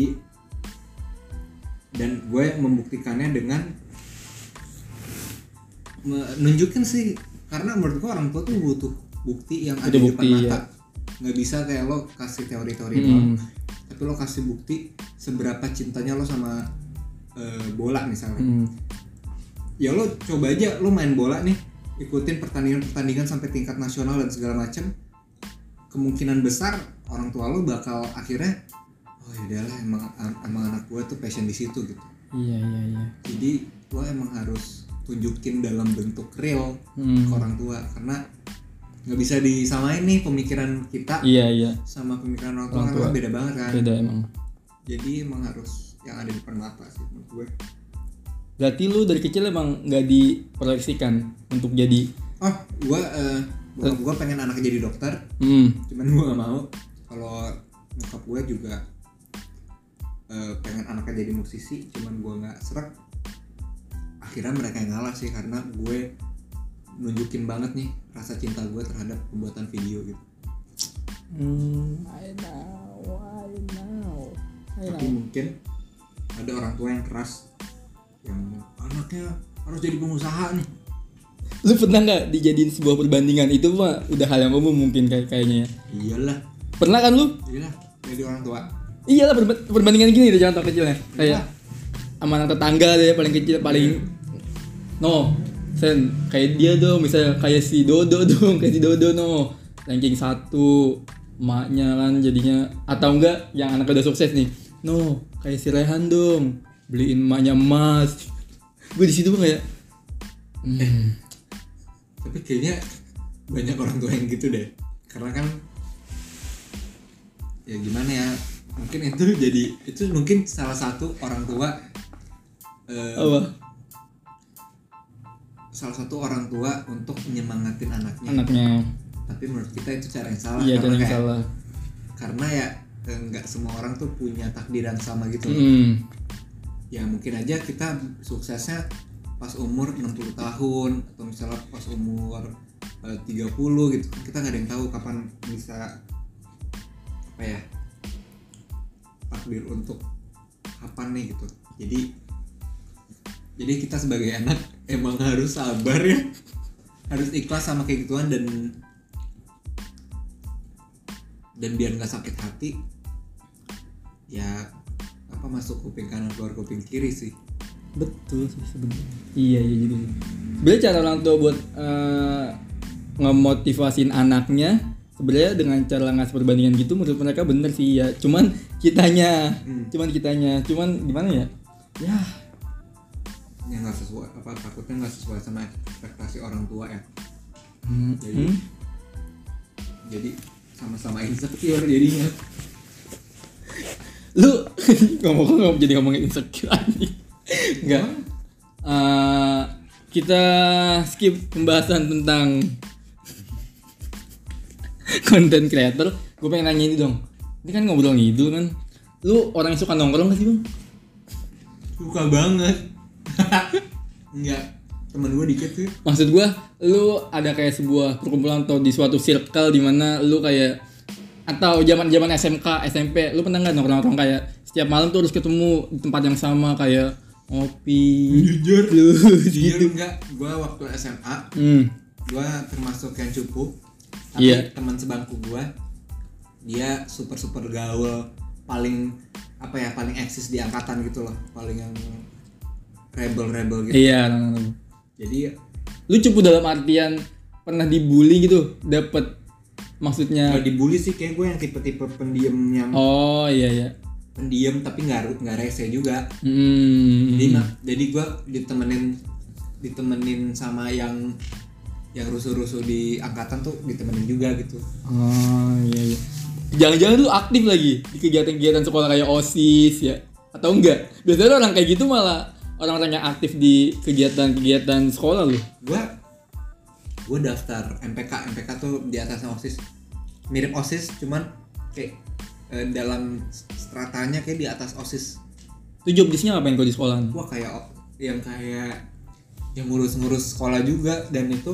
dan gue membuktikannya dengan menunjukin sih, karena menurut gue orang tua tuh butuh bukti yang ada Butuh di bukti, depan mata. ya. Nggak bisa kayak lo kasih teori-teori Hmm. doang, tapi lo kasih bukti seberapa cintanya lo sama eh, bola misalnya. Hmm. Ya lo coba aja lo main bola nih, ikutin pertandingan-pertandingan sampai tingkat nasional dan segala macam, kemungkinan besar orang tua lo bakal akhirnya oh yaudahlah emang emang anak gue tuh passion di situ gitu. Iya iya iya. Jadi lo emang harus tunjukin dalam bentuk real Hmm. ke orang tua, karena nggak bisa disamain nih pemikiran kita Iya iya. sama pemikiran orang tua, Orang kan tua. beda banget kan. Beda emang. Jadi emang harus yang ada di depan mata sih menurut gue. Berarti lu dari kecil emang nggak diproyeksikan untuk jadi Oh, gue uh, bokap gue pengen anaknya jadi dokter, hmm. cuman gue gak mau. Kalau nyokap gue juga uh, pengen anaknya jadi musisi, cuman gue gak serak. Akhirnya mereka yang ngalah sih, karena gue nunjukin banget nih rasa cinta gue terhadap pembuatan video gitu. Hmm, I know, I know, I Tapi know. mungkin ada orang tua yang keras, yang anaknya harus jadi pengusaha nih. Lu pernah nggak dijadiin sebuah perbandingan? Itu mah udah hal yang umum mungkin kayak kayaknya ya. Iyalah, Pernah kan lu? iyalah jadi orang tua. Iyalah perba- perbandingan gini deh contoh kecilnya. Iya. Kayak sama anak tetangga deh paling kecil paling no sen kayak dia dong, misalnya kayak si Dodo dong, kayak si Dodo no ranking satu emaknya kan jadinya, atau enggak yang anak udah sukses nih no kayak si Rehan dong beliin emaknya emas. Gue di situ kayak hmm, Tapi kayaknya banyak orang tua yang gitu deh, karena kan ya gimana ya, mungkin itu jadi itu mungkin salah satu orang tua eh, apa salah satu orang tua untuk menyemangatin anaknya. anaknya Tapi menurut kita itu cara yang salah. iya karena jangan kayak- salah. karena ya eh, nggak semua orang tuh punya takdir yang sama gitu loh. Hmm. Ya mungkin aja kita suksesnya pas umur enam puluh tahun, atau misalnya pas umur eh, tiga puluh gitu. Kita nggak ada yang tahu kapan bisa apa ya, takdir untuk kapan nih gitu. Jadi jadi kita sebagai anak emang harus sabar ya, harus ikhlas sama kayak gituan, dan dan biar nggak sakit hati ya apa, masuk kuping kanan keluar kuping kiri sih. Betul sih sebenarnya. Iya iya gitu. Sebenarnya cara orang tua buat uh, ngemotivasin anaknya sebenarnya dengan cara ngasih perbandingan gitu menurut mereka bener sih ya. Cuman kitanya, Hmm. cuman kitanya, cuman gimana ya? Ya yang nggak sesuai apa takutnya nggak sesuai sama ekspektasi orang tua ya. Hmm. Jadi Hmm? jadi sama-sama insecure jadinya. Lu ngomong-ngomong jadi ngomongin insecure anjing. Enggak. Uh, kita skip pembahasan tentang content creator. Gue pengen nanya ini dong. Ini kan ngobrol ngidul kan. Lu orang yang suka nongkrong gak sih, Bang? Suka banget. Enggak, temen gue dikit tuh. Maksud gue, lu ada kayak sebuah perkumpulan atau di suatu circle di mana lu kayak atau zaman-zaman S M K, S M P, lu pernah enggak nongkrong-nongkrong kayak setiap malam tuh harus ketemu di tempat yang sama kayak ngopi. Jujur, lu jujur gitu. enggak. Gue waktu S M A, Hmm. gue termasuk yang cupu. Tapi Iya. teman sebangku gue, dia super super gaul, paling apa ya, paling eksis di angkatan gitu loh, paling yang rebel-rebel gitu. Iya, nongkrong. Jadi Lu cupu dalam artian pernah dibully gitu, dapet maksudnya. kalau dibully sih kayak gue yang tipe-tipe pendiam yang Oh iya iya. pendiam tapi nggak nggak rese juga. Hmm. Jadi mah, jadi gue ditemenin ditemenin sama yang yang rusuh-rusuh di angkatan tuh ditemenin juga gitu. Oh iya iya. Jangan-jangan lu aktif lagi di kegiatan-kegiatan sekolah kayak OSIS ya? Atau enggak? Biasanya orang kayak gitu malah orang-orang yang aktif di kegiatan-kegiatan sekolah lu. Gue gue daftar M P K. M P K tuh di atasnya OSIS, mirip OSIS cuman kayak eh, dalam stratanya kayak di atas OSIS. Itu job desk-nya ngapain kalau di sekolah? Wah kayak yang kayak yang ngurus-ngurus sekolah juga, dan itu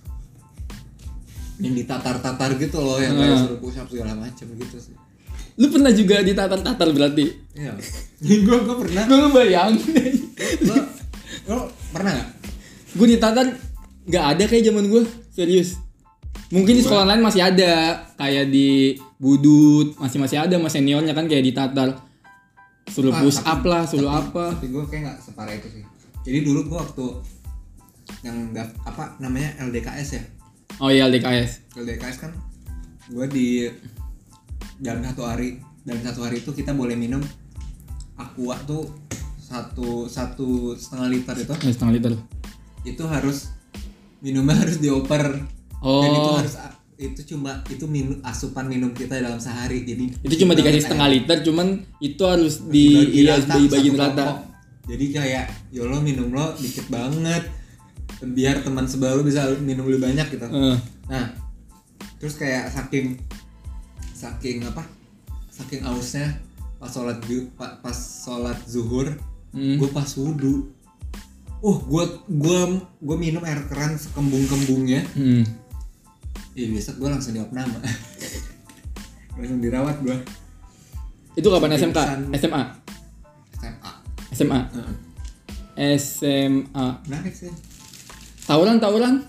yang ditatar-tatar gitu loh, yang kayak Hmm. suruh push up segala macam gitu sih. Lu pernah juga ditatar-tatar berarti? Iya. gue gue pernah. Gue bayang. Lo lo pernah nggak? Gue ditatar nggak ada kayak zaman gue, serius. Mungkin di sekolah lain masih ada, kayak di Budut masih masih ada, mas seniornya kan kayak ditatar, suruh Ah, push tapi- up lah, suruh tapi- apa. Tapi gue kayak nggak separah itu sih. Jadi dulu gue waktu yang daf- apa namanya L D K S ya. Oh iya L D K S. L D K S kan gue di dalam satu hari dalam satu hari itu kita boleh minum aqua tuh satu satu setengah liter itu Eh, setengah liter. itu harus minumnya harus dioper. Oh. Dan itu harus itu cuma itu minum asupan minum kita dalam sehari, jadi Itu cuma dikasih setengah liter, cuman itu harus di dibagi iya rata, dibagiin satu rata. kelompok. Jadi kayak yo lo minum lo dikit banget biar teman sebelah lo bisa minum lebih banyak gitu. Eh. Nah, terus kayak saking saking apa? Saking ausnya pas sholat ju, pa- pas sholat zuhur, Hmm. gue pas wudu. Uh, gue gue gue minum air keran sekembung-kembungnya. Hmm. Ih, besok gue langsung diopname. Langsung dirawat gue. Itu kapan S M K? Pingsan. S M A? S M A. S M A. Heeh. S M A. Menarik sih. Tawuran-tawuran?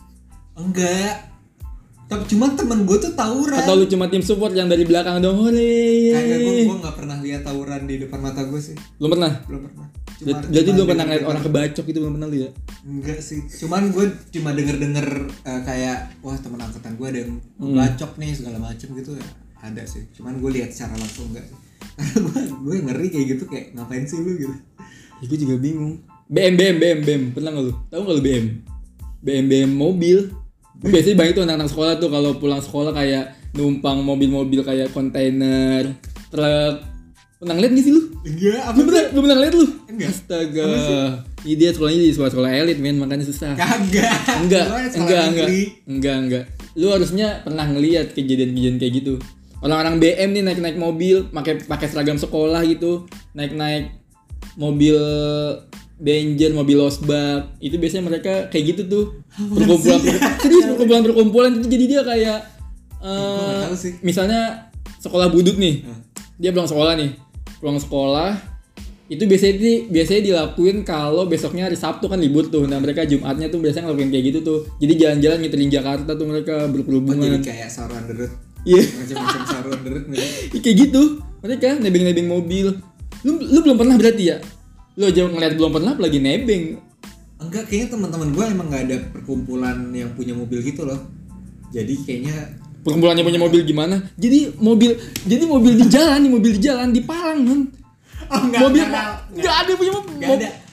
Enggak. Tapi cuma temen gue tuh tawuran. Atau lu cuma tim support yang dari belakang dong? Hore. Kayaknya gue gue nggak pernah lihat tawuran di depan mata gue sih. Belum pernah? Belum pernah. Ber- Berarti belum pernah ngeliat denger- orang kebacok itu, belum pernah lu ya? Enggak sih. Cuman gue cuma denger-denger eh, kayak wah temen angkatan gue ada yang Hmm. bacok nih segala macem gitu ya. Ada sih. Cuman gue lihat secara langsung enggak sih. Karena gue gue ngeri kayak gitu, kayak ngapain sih lu gitu. Ya, gue juga bingung. B M B M B M B M pernah nggak lu? Tahu nggak lu B M? B M B M mobil. Biasanya banyak tuh anak-anak sekolah tuh kalau pulang sekolah kayak numpang mobil-mobil kayak kontainer, truk. Pernah ngeliat gak sih lu? Enggak, apa Lu pernah, sih? lu pernah ngeliat lu? Enggak. Astaga. Apa sih? Ini dia sekolahnya di sekolah-sekolah elit men, makanya susah. Kagak. Enggak, Gua sekolah enggak, enggak, negeri. enggak, enggak. Lu harusnya pernah ngeliat kejadian-kejadian kayak gitu. Orang-orang B M nih naik-naik mobil, pakai pakai seragam sekolah gitu, naik-naik mobil Danger, mobil losbak. Itu biasanya mereka kayak gitu tuh. Perkumpulan, serius perkumpulan perkumpulan itu jadi dia kayak Gua nggak eh tahu sih. misalnya sekolah budut nih. Hmm. Dia pulang sekolah nih. Pulang sekolah itu biasanya di, biasanya dilakuin kalau besoknya hari Sabtu kan libur tuh. Nah mereka Jumatnya tuh biasanya ngelakuin kayak gitu tuh. Jadi jalan-jalan ngiterin Jakarta tuh mereka Oh, jadi berkerubungan. kayak Sauron the Root. Iya. Macam-macam Sauron the Root nih. Kayak gitu. Mereka nebeng-nebeng mobil. Lu lu belum pernah berarti ya? Lu aja ngeliat belum pernah apalagi nebeng. Enggak, kayaknya teman-teman gue emang nggak ada perkumpulan yang punya mobil gitu loh. Jadi kayaknya Perkumpulannya punya mobil gimana? Jadi mobil jadi mobil di jalan, nih mobil di jalan di Palang, man. oh, enggak, mobil enggak, enggak ada yang punya mobil. Enggak ada.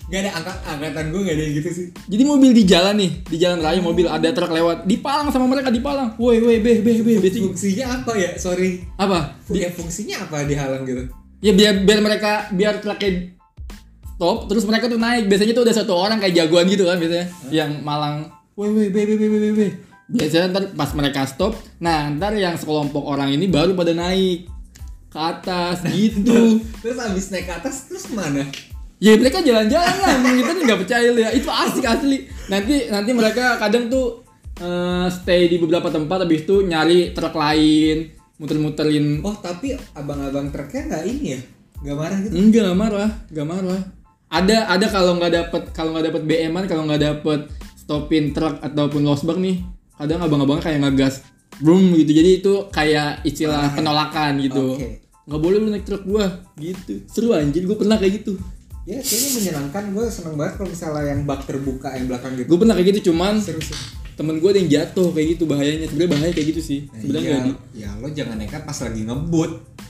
Gak ada angkat angkatan gue gak ada yang gitu sih. Jadi mobil di jalan nih, di jalan raya mobil ada truk lewat, dipalang sama mereka dipalang. Woi woi be be be be. Fungsinya apa ya? Sorry. Apa? Ya fungsinya apa dihalang gitu? Ya biar biar mereka biar truknya stop, terus mereka tuh naik. Biasanya tuh ada satu orang kayak jagoan gitu kan biasanya, huh? Yang malang. Woi woi be be be be be. Biasanya ntar pas mereka stop, nah ntar yang sekelompok orang ini baru pada naik ke atas gitu. Terus abis naik ke atas terus kemana? Ya mereka jalan-jalan lah, emang kita nih nggak percaya ya. Itu asik asli. Nanti nanti mereka kadang tuh uh, stay di beberapa tempat, habis itu nyari truk lain, muter-muterin. Oh tapi abang-abang truknya nggak ini ya? Nggak marah gitu? Enggak, nggak marah, nggak marah. Ada ada kalau nggak dapet kalau nggak dapet B M-an, kalau nggak dapet stopin truk ataupun losbak nih. Kadang abang-abangnya kayak ngegas boom gitu, jadi itu kayak istilah ah, penolakan gitu. Okay. Nggak boleh lu naik truk gua gitu. Seru anjir, gua pernah kayak gitu. Ya kayaknya menyenangkan, gue seneng banget kalau misalnya yang bak terbuka yang belakang gitu. Gue pernah kayak gitu, cuman seru sih. Temen gue ada yang jatuh kayak gitu, bahayanya. Sebenarnya bahaya kayak gitu sih. Nah, sebenarnya iya, di... ya lo jangan nekat pas lagi ngebut.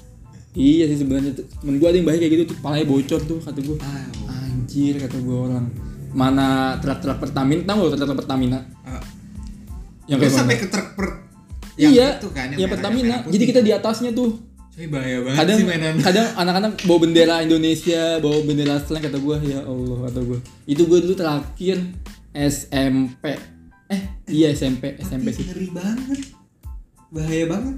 Iya sih sebenarnya. Temen gue ada yang bahaya kayak gitu tuh, palanya bocor tuh kata gue. Ah, oh. Anjir kata gue orang. Mana truk-truk Pertamina, tahu nggak truk-truk Pertamina? Uh, yang kayak sampai ke truk per yang iya, itu kan, yang, yang Pertamina. Jadi kita di atasnya tuh. Cuy bahaya banget kadang, sih mainan. Kadang anak-anak bawa bendera Indonesia, bawa bendera slang kata gue, ya Allah kata gue. Itu gue dulu terakhir S M P. Eh, iya S M P, S M P sih. Ngeri banget. Bahaya banget.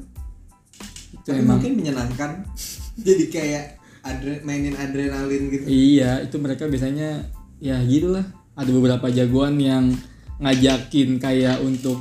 Itu tapi emang mungkin menyenangkan. Jadi kayak adre, mainin adrenalin gitu. Iya, itu mereka biasanya ya gitulah. Ada beberapa jagoan yang ngajakin kayak untuk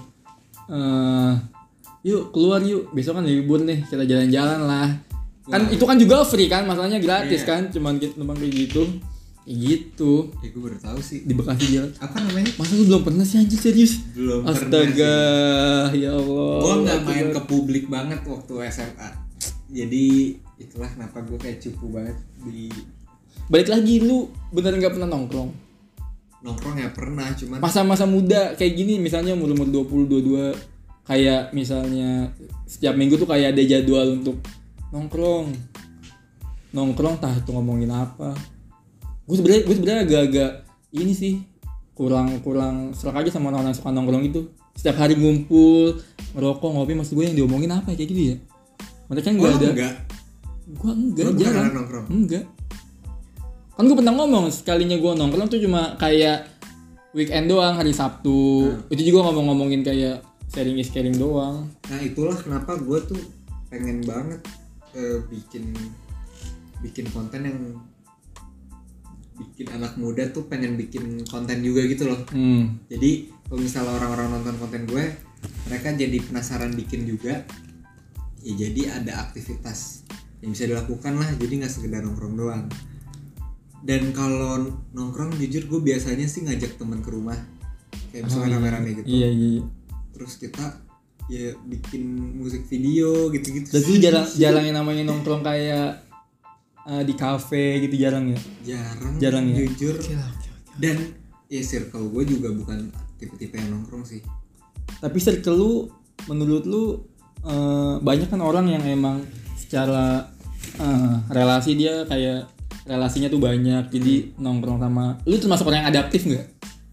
uh, yuk keluar yuk, besok kan libur nih, kita jalan-jalan lah. Kan wow. Itu kan juga free kan, masalahnya gratis yeah. Kan, cuman kita numpang kayak gitu. Kayak gitu. Ya gue baru tahu sih. Di Bekasi jalan. Apa namanya? Masa lu belum pernah sih anjir, serius? Belum Astaga, pernah sih. Ya Allah. Gue enggak main ke publik banget waktu S M A. Jadi itulah kenapa gue kayak cupu banget di. Balik lagi, lu bener enggak pernah nongkrong? Nongkrong ya pernah, cuman masa-masa muda kayak gini, misalnya umur-umur dua puluh, dua puluh dua, kayak misalnya setiap minggu tuh kayak ada jadwal untuk nongkrong. Nongkrong tah itu ngomongin apa. Gue sebenarnya gue sebenarnya agak-agak ini sih, kurang-kurang serak aja sama orang-orang yang suka nongkrong itu. Setiap hari ngumpul, ngerokok, ngopi, maksud gue yang diomongin apa kayak gitu ya. Mereka enggak oh, ada. Enggak. Gue enggak, Lo jarang. Nongkrong? Enggak. Kan gue pernah ngomong sekalinya gue nongkrong tuh cuma kayak weekend doang, hari Sabtu. Hmm. Itu juga ngomong-ngomongin kayak sharing is caring doang. Nah itulah kenapa gue tuh pengen banget uh, bikin bikin konten yang bikin anak muda tuh pengen bikin konten juga gitu loh. Hmm. Jadi kalau misalnya orang-orang nonton konten gue, mereka jadi penasaran bikin juga. Ya jadi ada aktivitas yang bisa dilakukan lah. Jadi nggak sekedar nongkrong doang. Dan kalau nongkrong jujur gue biasanya sih ngajak teman ke rumah, kayak misalnya oh, rame-rame gitu. Iya iya. Terus kita ya bikin musik video gitu-gitu. Dan itu jarang jarang yang namanya nongkrong kayak uh, di kafe gitu, jarang ya. Jarang. Jarang ya. Jujur. Okay, okay, okay. Dan ya circle gue juga bukan tipe-tipe yang nongkrong sih. Tapi circle lu, menurut lu uh, banyak kan orang yang emang secara uh, relasi dia kayak relasinya tuh banyak, jadi nongkrong sama lu termasuk orang yang adaptif nggak?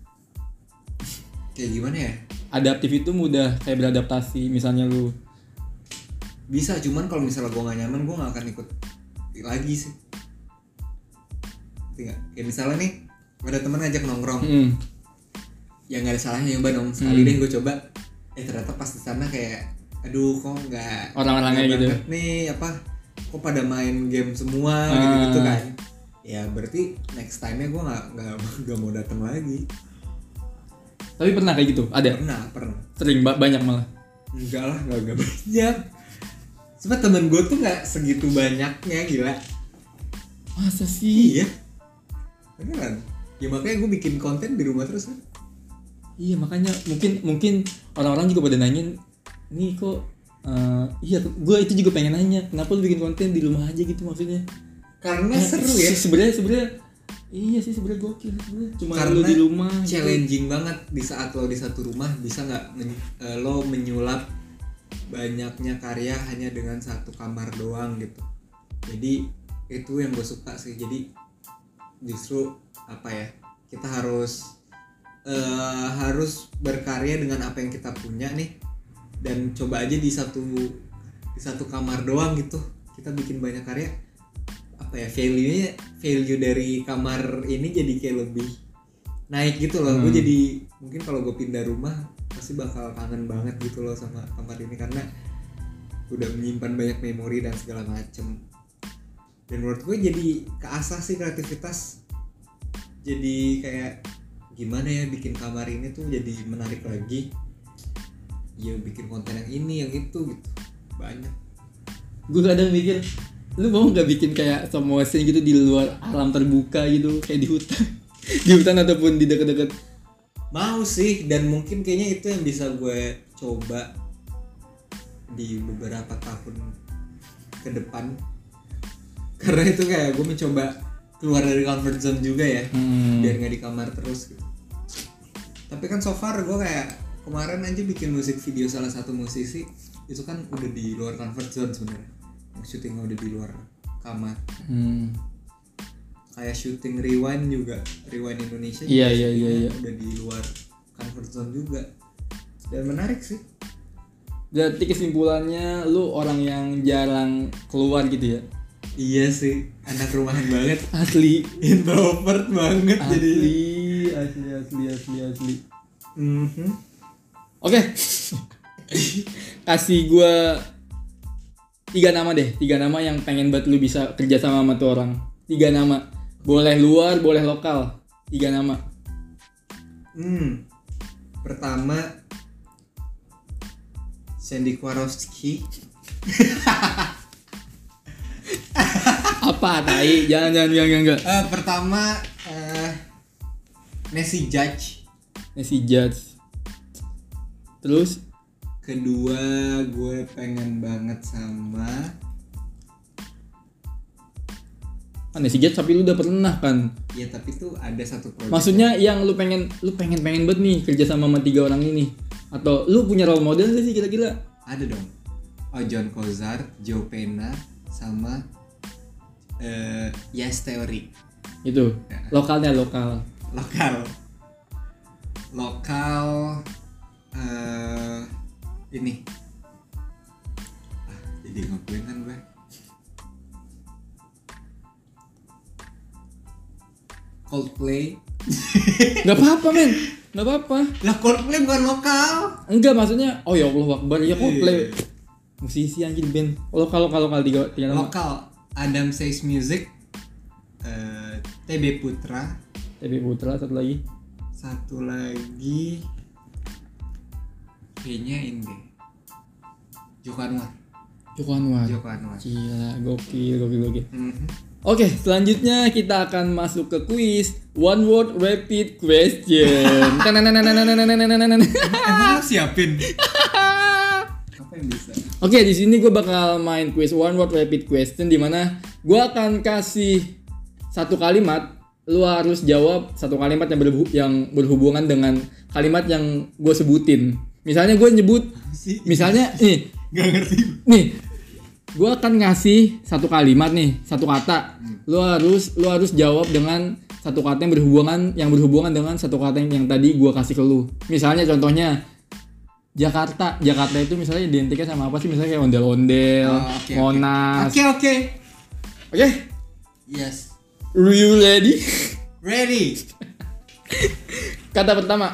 Kayak gimana ya? Adaptif itu mudah kayak beradaptasi, misalnya lu bisa, cuman kalau misalnya gue nggak nyaman gue nggak akan ikut lagi sih. Tidak, kayak misalnya nih ada teman ngajak nongkrong, hmm. ya nggak ada salahnya nyoba dong sekali hmm. deh gue coba. Eh ternyata pas di sana kayak, aduh kok nggak orang-orangnya gitu nih apa? Kok pada main game semua ah. gitu-gitu kan. Ya berarti next time-nya gue gak, gak, gak mau datang lagi. Tapi pernah kayak gitu? Ada? Pernah, pernah. Sering, banyak malah? Enggak lah, gak, gak banyak. Sebab temen gue tuh gak segitu banyaknya, gila. Masa sih? Iya. Beneran. Ya makanya gue bikin konten di rumah terus kan. Iya makanya mungkin mungkin orang-orang juga pada nanyain, nih kok Uh, iya, gue itu juga pengen nanya, kenapa lu bikin konten di rumah aja gitu maksudnya? Karena eh, seru ya. Sebenarnya sebenarnya iya sih sebenarnya gokil sebenarnya. Cuma karena lu di rumah. Challenging gitu. Banget di saat lo di satu rumah bisa nggak men- uh, lo menyulap banyaknya karya hanya dengan satu kamar doang gitu. Jadi itu yang gue suka sih. Jadi justru apa ya, kita harus uh, harus berkarya dengan apa yang kita punya nih, dan coba aja di satu di satu kamar doang gitu kita bikin banyak karya, apa ya, value-nya value dari kamar ini jadi kayak lebih naik gitu loh. Hmm. Gue jadi mungkin kalau gue pindah rumah pasti bakal kangen banget gitu loh sama kamar ini karena udah menyimpan banyak memori dan segala macem. Dan menurut gue jadi keasah sih kreativitas, jadi kayak gimana ya bikin kamar ini tuh jadi menarik lagi, ya bikin konten yang ini yang itu gitu banyak. Gue kadang mikir, lu mau nggak bikin kayak stop motion gitu di luar alam terbuka gitu, kayak di hutan di hutan ataupun di dekat-dekat. Mau sih, dan mungkin kayaknya itu yang bisa gue coba di beberapa tahun ke depan, karena itu kayak gue mencoba keluar dari comfort zone juga ya, hmm. biar nggak di kamar terus gitu. Tapi kan so far gue kayak kemarin aja bikin musik video salah satu musisi itu kan udah di luar comfort zone sebenarnya, yang syutingnya udah di luar kamar. Hmm. Kayak syuting Rewind juga, Rewind Indonesia Iya, juga iya, iya, iya. udah di luar comfort zone juga, dan menarik sih. Berarti kesimpulannya lu orang yang jarang keluar gitu ya? Iya sih, anak rumahan banget, Asli. introvert banget jadi. Asli, asli, asli, asli, asli. Mhm. Oke. Kasih gua tiga nama deh, tiga nama yang pengen banget lu bisa kerja sama sama tuh orang. Tiga nama. Boleh luar, boleh lokal. Tiga nama. Hmm. Pertama Sandy Kwarowski. Apa tai? Jangan jangan jangan jangan. Uh, pertama uh, Nancy Judge. Nancy Judge. Terus Kedua gue pengen banget sama ah, Nancy Judge tapi lu udah pernah kan? ya, tapi tuh ada satu project. Maksudnya yang lu pengen lu pengen pengen banget nih kerja sama sama tiga orang ini. Atau lu punya role model gak sih kira-kira? Ada dong. Oh, John Kozar, Joe Pena, sama uh, Yes Theory. Itu. Ya. Lokalnya lokal. Lokal. Lokal uh, ini. Ah, jadi ngapain kan gue? Coldplay. Gak apa-apa men. Gak apa-apa. Lah Coldplay bukan lokal. Enggak maksudnya. Oh ya Allah Akbar. Ya Coldplay. Musisi anjing band. Oh, lokal lokal lokal tiga tiga nama. Lokal Adam Says Music, uh, T B Putra, T B Putra satu lagi. satu lagi kayaknya ini deh, Joko Anwar. Joko Anwar. Joko Anwar. Gila, gokil, gokil, gokil. Mhm. Oke, selanjutnya kita akan masuk ke kuis one word rapid question. Emang lo siapin? Apa yang bisa? Oke, di sini gue bakal main kuis one word rapid question di mana gue akan kasih satu kalimat, lu harus jawab satu kalimat yang, berhu- yang berhubungan dengan kalimat yang gue sebutin. Misalnya gue nyebut, misalnya nih, Gak ngerti. nih, gue akan ngasih satu kalimat nih, satu kata. Lu harus, lu harus jawab dengan satu kata yang berhubungan, yang berhubungan dengan satu kata yang, yang tadi gue kasih ke lu. Misalnya contohnya Jakarta, Jakarta itu misalnya identiknya sama apa sih? Misalnya kayak ondel-ondel, Oh, okay, Monas. Oke oke. Oke, Yes. are you ready? Ready. Kata pertama.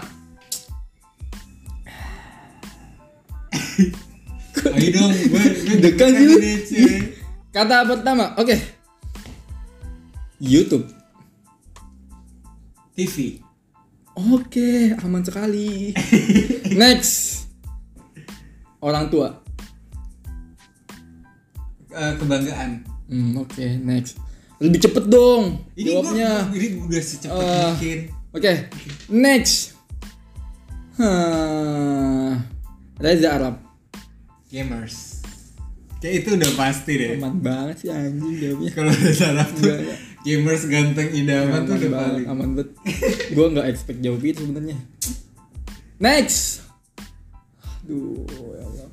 Ayo dong, gue gue Dekan deg-degan sih lu. nih, cuy. Kata pertama, oke. YouTube. T V. Oke, aman sekali. Next. Orang tua. Uh, kebanggaan. Hmm, oke, next. Lebih cepet dong Ini jawabnya. gue, ini udah secepat Eh, mungkin. Oke, next. Hah. Reza Arab. Gamers. Kayak itu udah pasti deh. Aman banget sih anjing jawabnya. Kalau udah saraf tuh Enggak, enggak. gamers ganteng idaman tuh Aman udah banget, paling. aman banget. Gue nggak expect jawab itu sebenarnya. Next. Aduh, ya Allah.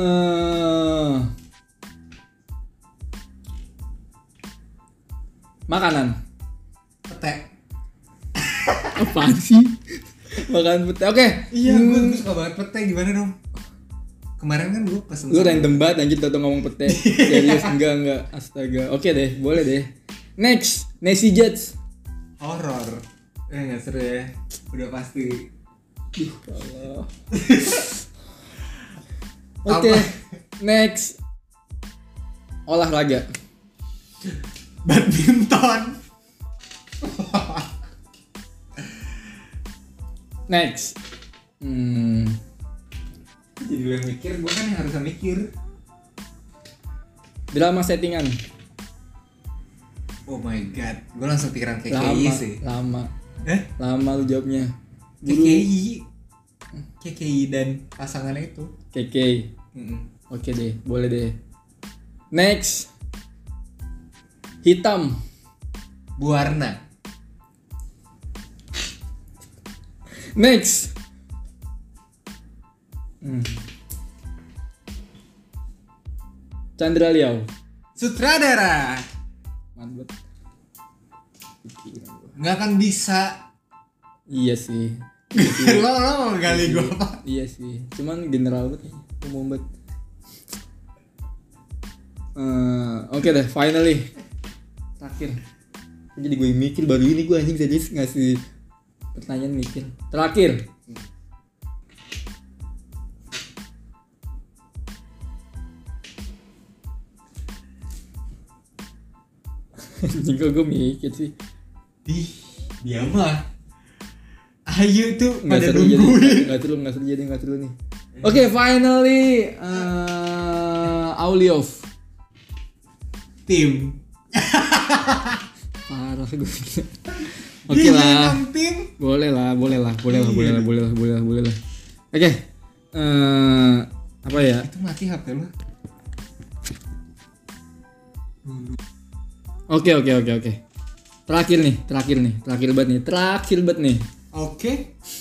Eh, Makanan. Pete. Apaan sih? Makanan pete. Oke. Iya, Hmm, gue suka banget pete. Gimana dong? Kemarin kan gue pesen. Lu random banget anjir tau ngomong pete. Serius enggak enggak. Astaga. Oke deh, boleh deh. Next, Nancy Judge. Horor. Eh nggak seru ya. Udah pasti. Allah. Oke. Next. Olahraga. Badminton. Next. Hmm. Jadi lu yang mikir, gue kan yang harusnya mikir. Drama settingan. Oh my god, gue langsung pikiran K K I Lama, sih. lama. Eh? Lama lu jawabnya. K K I. K K I dan pasangannya itu. K K. Mm-mm. Oke deh, boleh deh. Next. Hitam. Buarna. Next. Hmm. Chandra Liao. Sutradara. Mantap. Nggak akan bisa. Iya sih. lo lo mau gali gue apa? Iya sih. Cuman general banget, umum banget. Uh, Oke okay deh, finally. Terakhir. Jadi gue mikir baru ini gue anjing serius ngasih pertanyaan mikir. Terakhir. Anjing kok gue mikir sih. Ih, dia mah. Ayo tuh Nggak pada seru jadi, nungguin. nggak seru, nggak seru jadi, nggak seru nih. Oke, okay, finally, uh, Auliov. Tim. Parah gue. Oke lah, Tim. boleh lah, boleh lah, boleh lah, Iya. boleh lah, boleh lah, boleh lah, boleh lah. Oke, okay. uh, apa ya? Itu mati H P lu. Oke, oke, oke, oke. Terakhir nih, terakhir nih, terakhir banget nih, terakhir banget nih. Oke.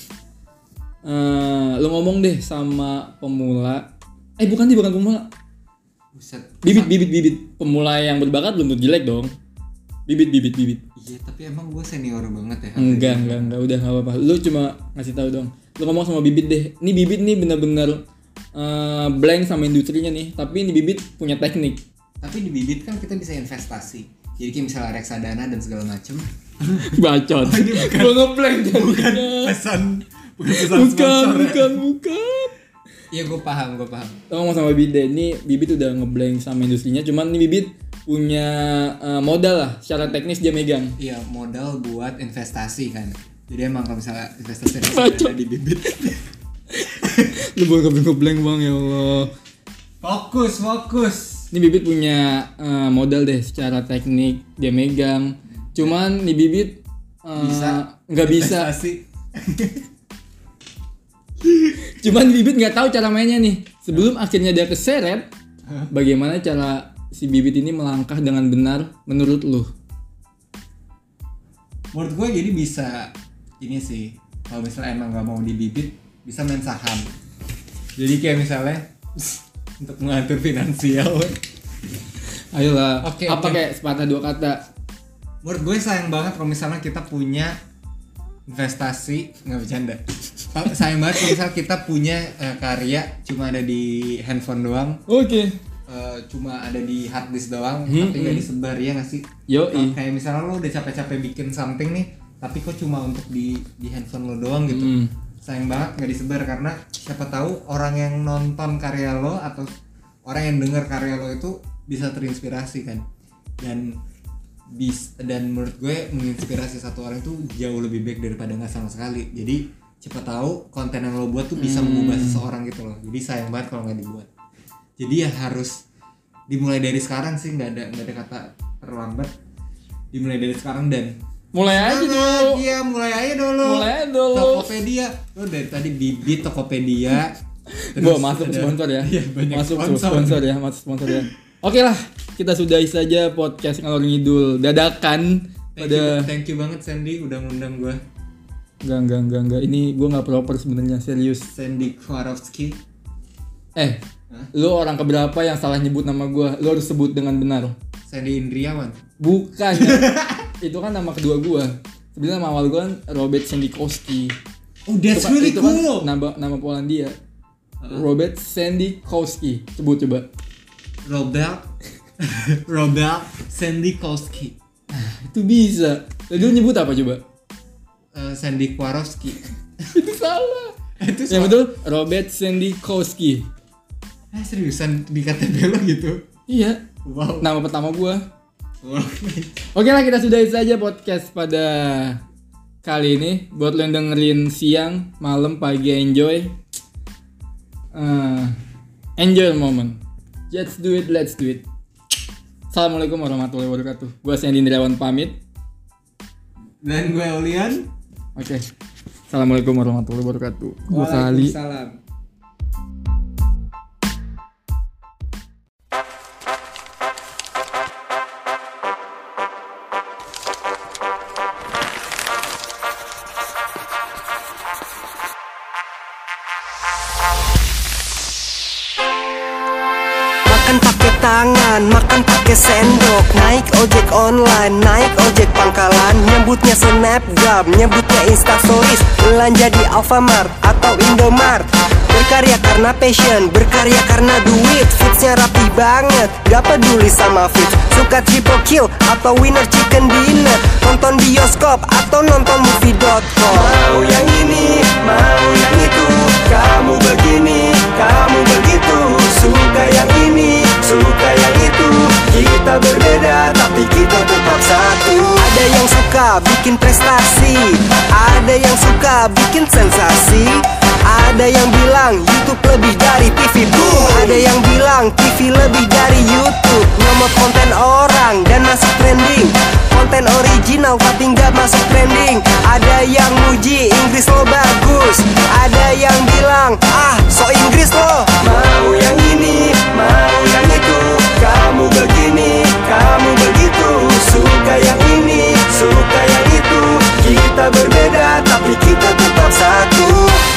Uh, lu ngomong deh sama pemula. Eh bukan sih, bukan pemula. Buset. Bibit, bibit, bibit. Pemula yang berbakat belum tentu jelek dong. Bibit, bibit, bibit. Iya, tapi emang gue senior banget ya. Enggak, enggak, enggak. Udah nggak apa-apa. Lu cuma ngasih tahu dong. Lu ngomong sama bibit deh. Ini bibit nih bener-bener uh, blank sama industrinya nih. Tapi ini bibit punya teknik. Tapi di bibit kan kita bisa investasi. Jadi kayak misalnya reksadana dan segala macem. Bacot. Oh, ini bukan- Gua ngeblank Bukan jadinya. pesan, bukan pesan Bukan, sponsor ya. bukan, bukan. Iya, gue paham, gue paham. Lu ngomong sama bibit deh. Ini bibit udah ngeblank sama industrinya. Cuman ini bibit punya uh, modal lah. Secara teknis dia megang. Iya, modal buat investasi kan. Jadi emang kalau misalnya investasi Bacot. ada di bibit. Lu boleh ngeblank bang, ya Allah. Fokus, fokus. Ini bibit punya uh, modal deh secara teknik dia megang. Cuman nih bibit uh, Bisa nggak bisa. investasi. Cuman bibit nggak tahu cara mainnya nih. Sebelum akhirnya dia keseret, bagaimana cara si bibit ini melangkah dengan benar menurut lu? Menurut gue jadi bisa ini sih. Kalau misalnya emang nggak mau di bibit, bisa main saham. Jadi kayak misalnya untuk mengatur finansial. Ayolah. Oke, apa oke. kayak sepatah dua kata? Menurut gue sayang banget kalau misalnya kita punya investasi, nggak bercanda. Sayang banget kalau misalnya kita punya eh, karya cuma ada di handphone doang, Oke. eh, cuma ada di hard disk doang, Hmm, tapi nggak hmm. disebar ya nggak sih? Yoi. Nah, kayak misalnya lo udah capek-capek bikin something nih, tapi kok cuma untuk di di handphone lo doang gitu. Hmm. Sayang banget nggak disebar karena siapa tahu orang yang nonton karya lo atau orang yang dengar karya lo itu bisa terinspirasi kan. Dan bis dan menurut gue menginspirasi satu orang itu jauh lebih baik daripada nggak sama sekali. Jadi siapa tahu konten yang lo buat tuh bisa Hmm. mengubah seseorang gitu loh. Jadi sayang banget kalau nggak dibuat. Jadi ya harus dimulai dari sekarang sih, nggak ada nggak ada kata terlambat. Dimulai dari sekarang dan Mulai aja dulu. Iya, mulai aja dulu. Mulai aja dulu. Tokopedia. Lo dari tadi bibit Tokopedia. Gua masuk ada- sponsor ya. Iya, banyak masuk sponsor. sponsor ya, masuk sponsor ya. Oke lah, kita sudahi saja podcast ngalor ngidul dadakan Thank you, pada thank you banget Sandy udah ngundang gue. enggak enggak enggak enggak ini gue nggak proper sebenarnya, serius. Sandy Kwarowski. Eh, Hah? lu orang keberapa yang salah nyebut nama gue? Lu harus sebut dengan benar. Sandy Indriawan. Bukan. Ya. itu kan nama kedua gua. Sebenarnya nama awal gua kan Robert Sendikowski. Oh, that's Itu kan- really itu kan cool. nama nama Polandia. Robert Sendikowski. Sebut coba. Robert Robert Sendikowski. Itu bisa. Tadi lu nyebut apa coba? Uh, Sandy Kwarowski. Itu salah. Itu Yang betul Robert Sendikowski. Eh, seriusan di K T P lo gitu? Iya. Wow. Nama pertama gua. Wow. Oke lah, kita sudahi saja podcast pada kali ini. Buat lo yang dengerin siang, malam, pagi, enjoy. Uh, enjoy the moment. Let's do it, let's do it. Assalamualaikum warahmatullahi wabarakatuh. Gua Sandy Indrawan pamit. Dan gue Olian. Oke. Assalamualaikum warahmatullahi wabarakatuh. Dua kali. Waalaikumsalam. Makan pakai tangan, makan pakai sendok. Naik ojek online, naik ojek pangkalan. Nyebutnya snapgram, nyebutnya instastories. Belanja di Alfamart atau Indomart. Berkarya karena passion, berkarya karena duit. Fitsnya rapi banget, gak peduli sama fit. Suka triple kill atau winner chicken dinner. Nonton bioskop atau nonton movie dot com. Mau yang ini, mau yang itu. Kamu begini, kamu begitu. Suka yang ini, suka yang itu. Kita berbeda tapi kita tetap satu. Ada yang suka bikin prestasi, ada yang suka bikin sensasi. Ada yang bilang YouTube lebih dari T V, boom. Ada yang bilang T V lebih dari YouTube. Nyomot konten orang dan masuk trending. Konten original tapi nggak masuk trending. Ada yang muji Inggris lo bagus, ada yang bilang ah so Inggris lo. Mau yang ini, mau yang itu. Kamu begini, kamu begitu. Suka yang ini, suka yang itu. Kita berbeda tapi kita tetap satu.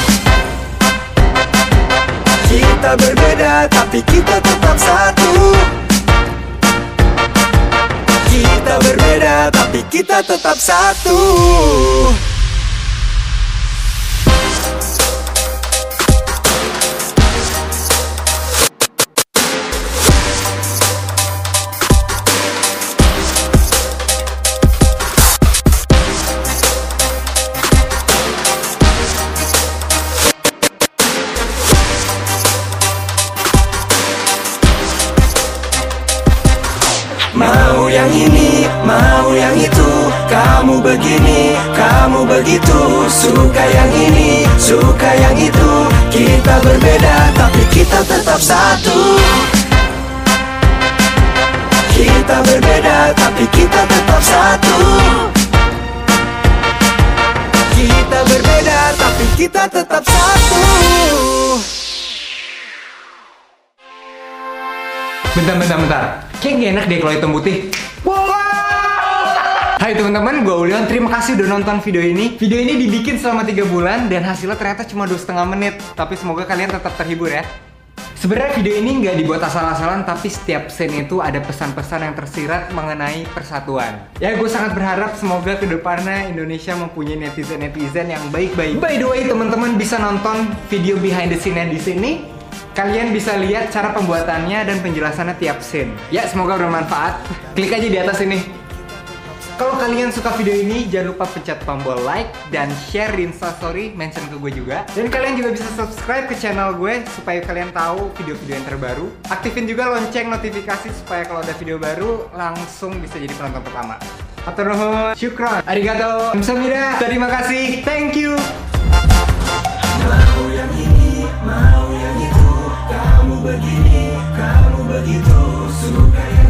Kita berbeda tapi kita tetap satu. Kita berbeda tapi kita tetap satu. Mau yang ini, mau yang itu. Kamu begini, kamu begitu. Suka yang ini, suka yang itu. Kita berbeda tapi kita tetap satu. Kita berbeda tapi kita tetap satu. Kita berbeda tapi kita tetap satu. Bentar, bentar, bentar. Kayak gak enak deh kalau hitam putih. Wow. Hai teman-teman, gue Ulian. Terima kasih udah nonton video ini. Video ini dibikin selama tiga bulan dan hasilnya ternyata cuma dua setengah menit. Tapi semoga kalian tetap terhibur ya. Sebenarnya video ini nggak dibuat asal-asalan, tapi setiap scene itu ada pesan-pesan yang tersirat mengenai persatuan. Ya, gue sangat berharap semoga kedepannya Indonesia mempunyai netizen-netizen yang baik-baik. By the way, teman-teman bisa nonton video behind the scene-nya di sini. Kalian bisa lihat cara pembuatannya dan penjelasannya tiap scene. Ya, semoga bermanfaat. Klik aja di atas ini. Kalau kalian suka video ini, jangan lupa pencet tombol like dan share di Instastory, mention ke gue juga. Dan kalian juga bisa subscribe ke channel gue supaya kalian tahu video-video yang terbaru. Aktifin juga lonceng notifikasi supaya kalau ada video baru langsung bisa jadi penonton pertama. Hatur nuhun, syukron, arigato, kamsahamnida, terima kasih, thank you. Mau yang ini, mau yang itu. Kamu begini, kamu begitu. Suka yang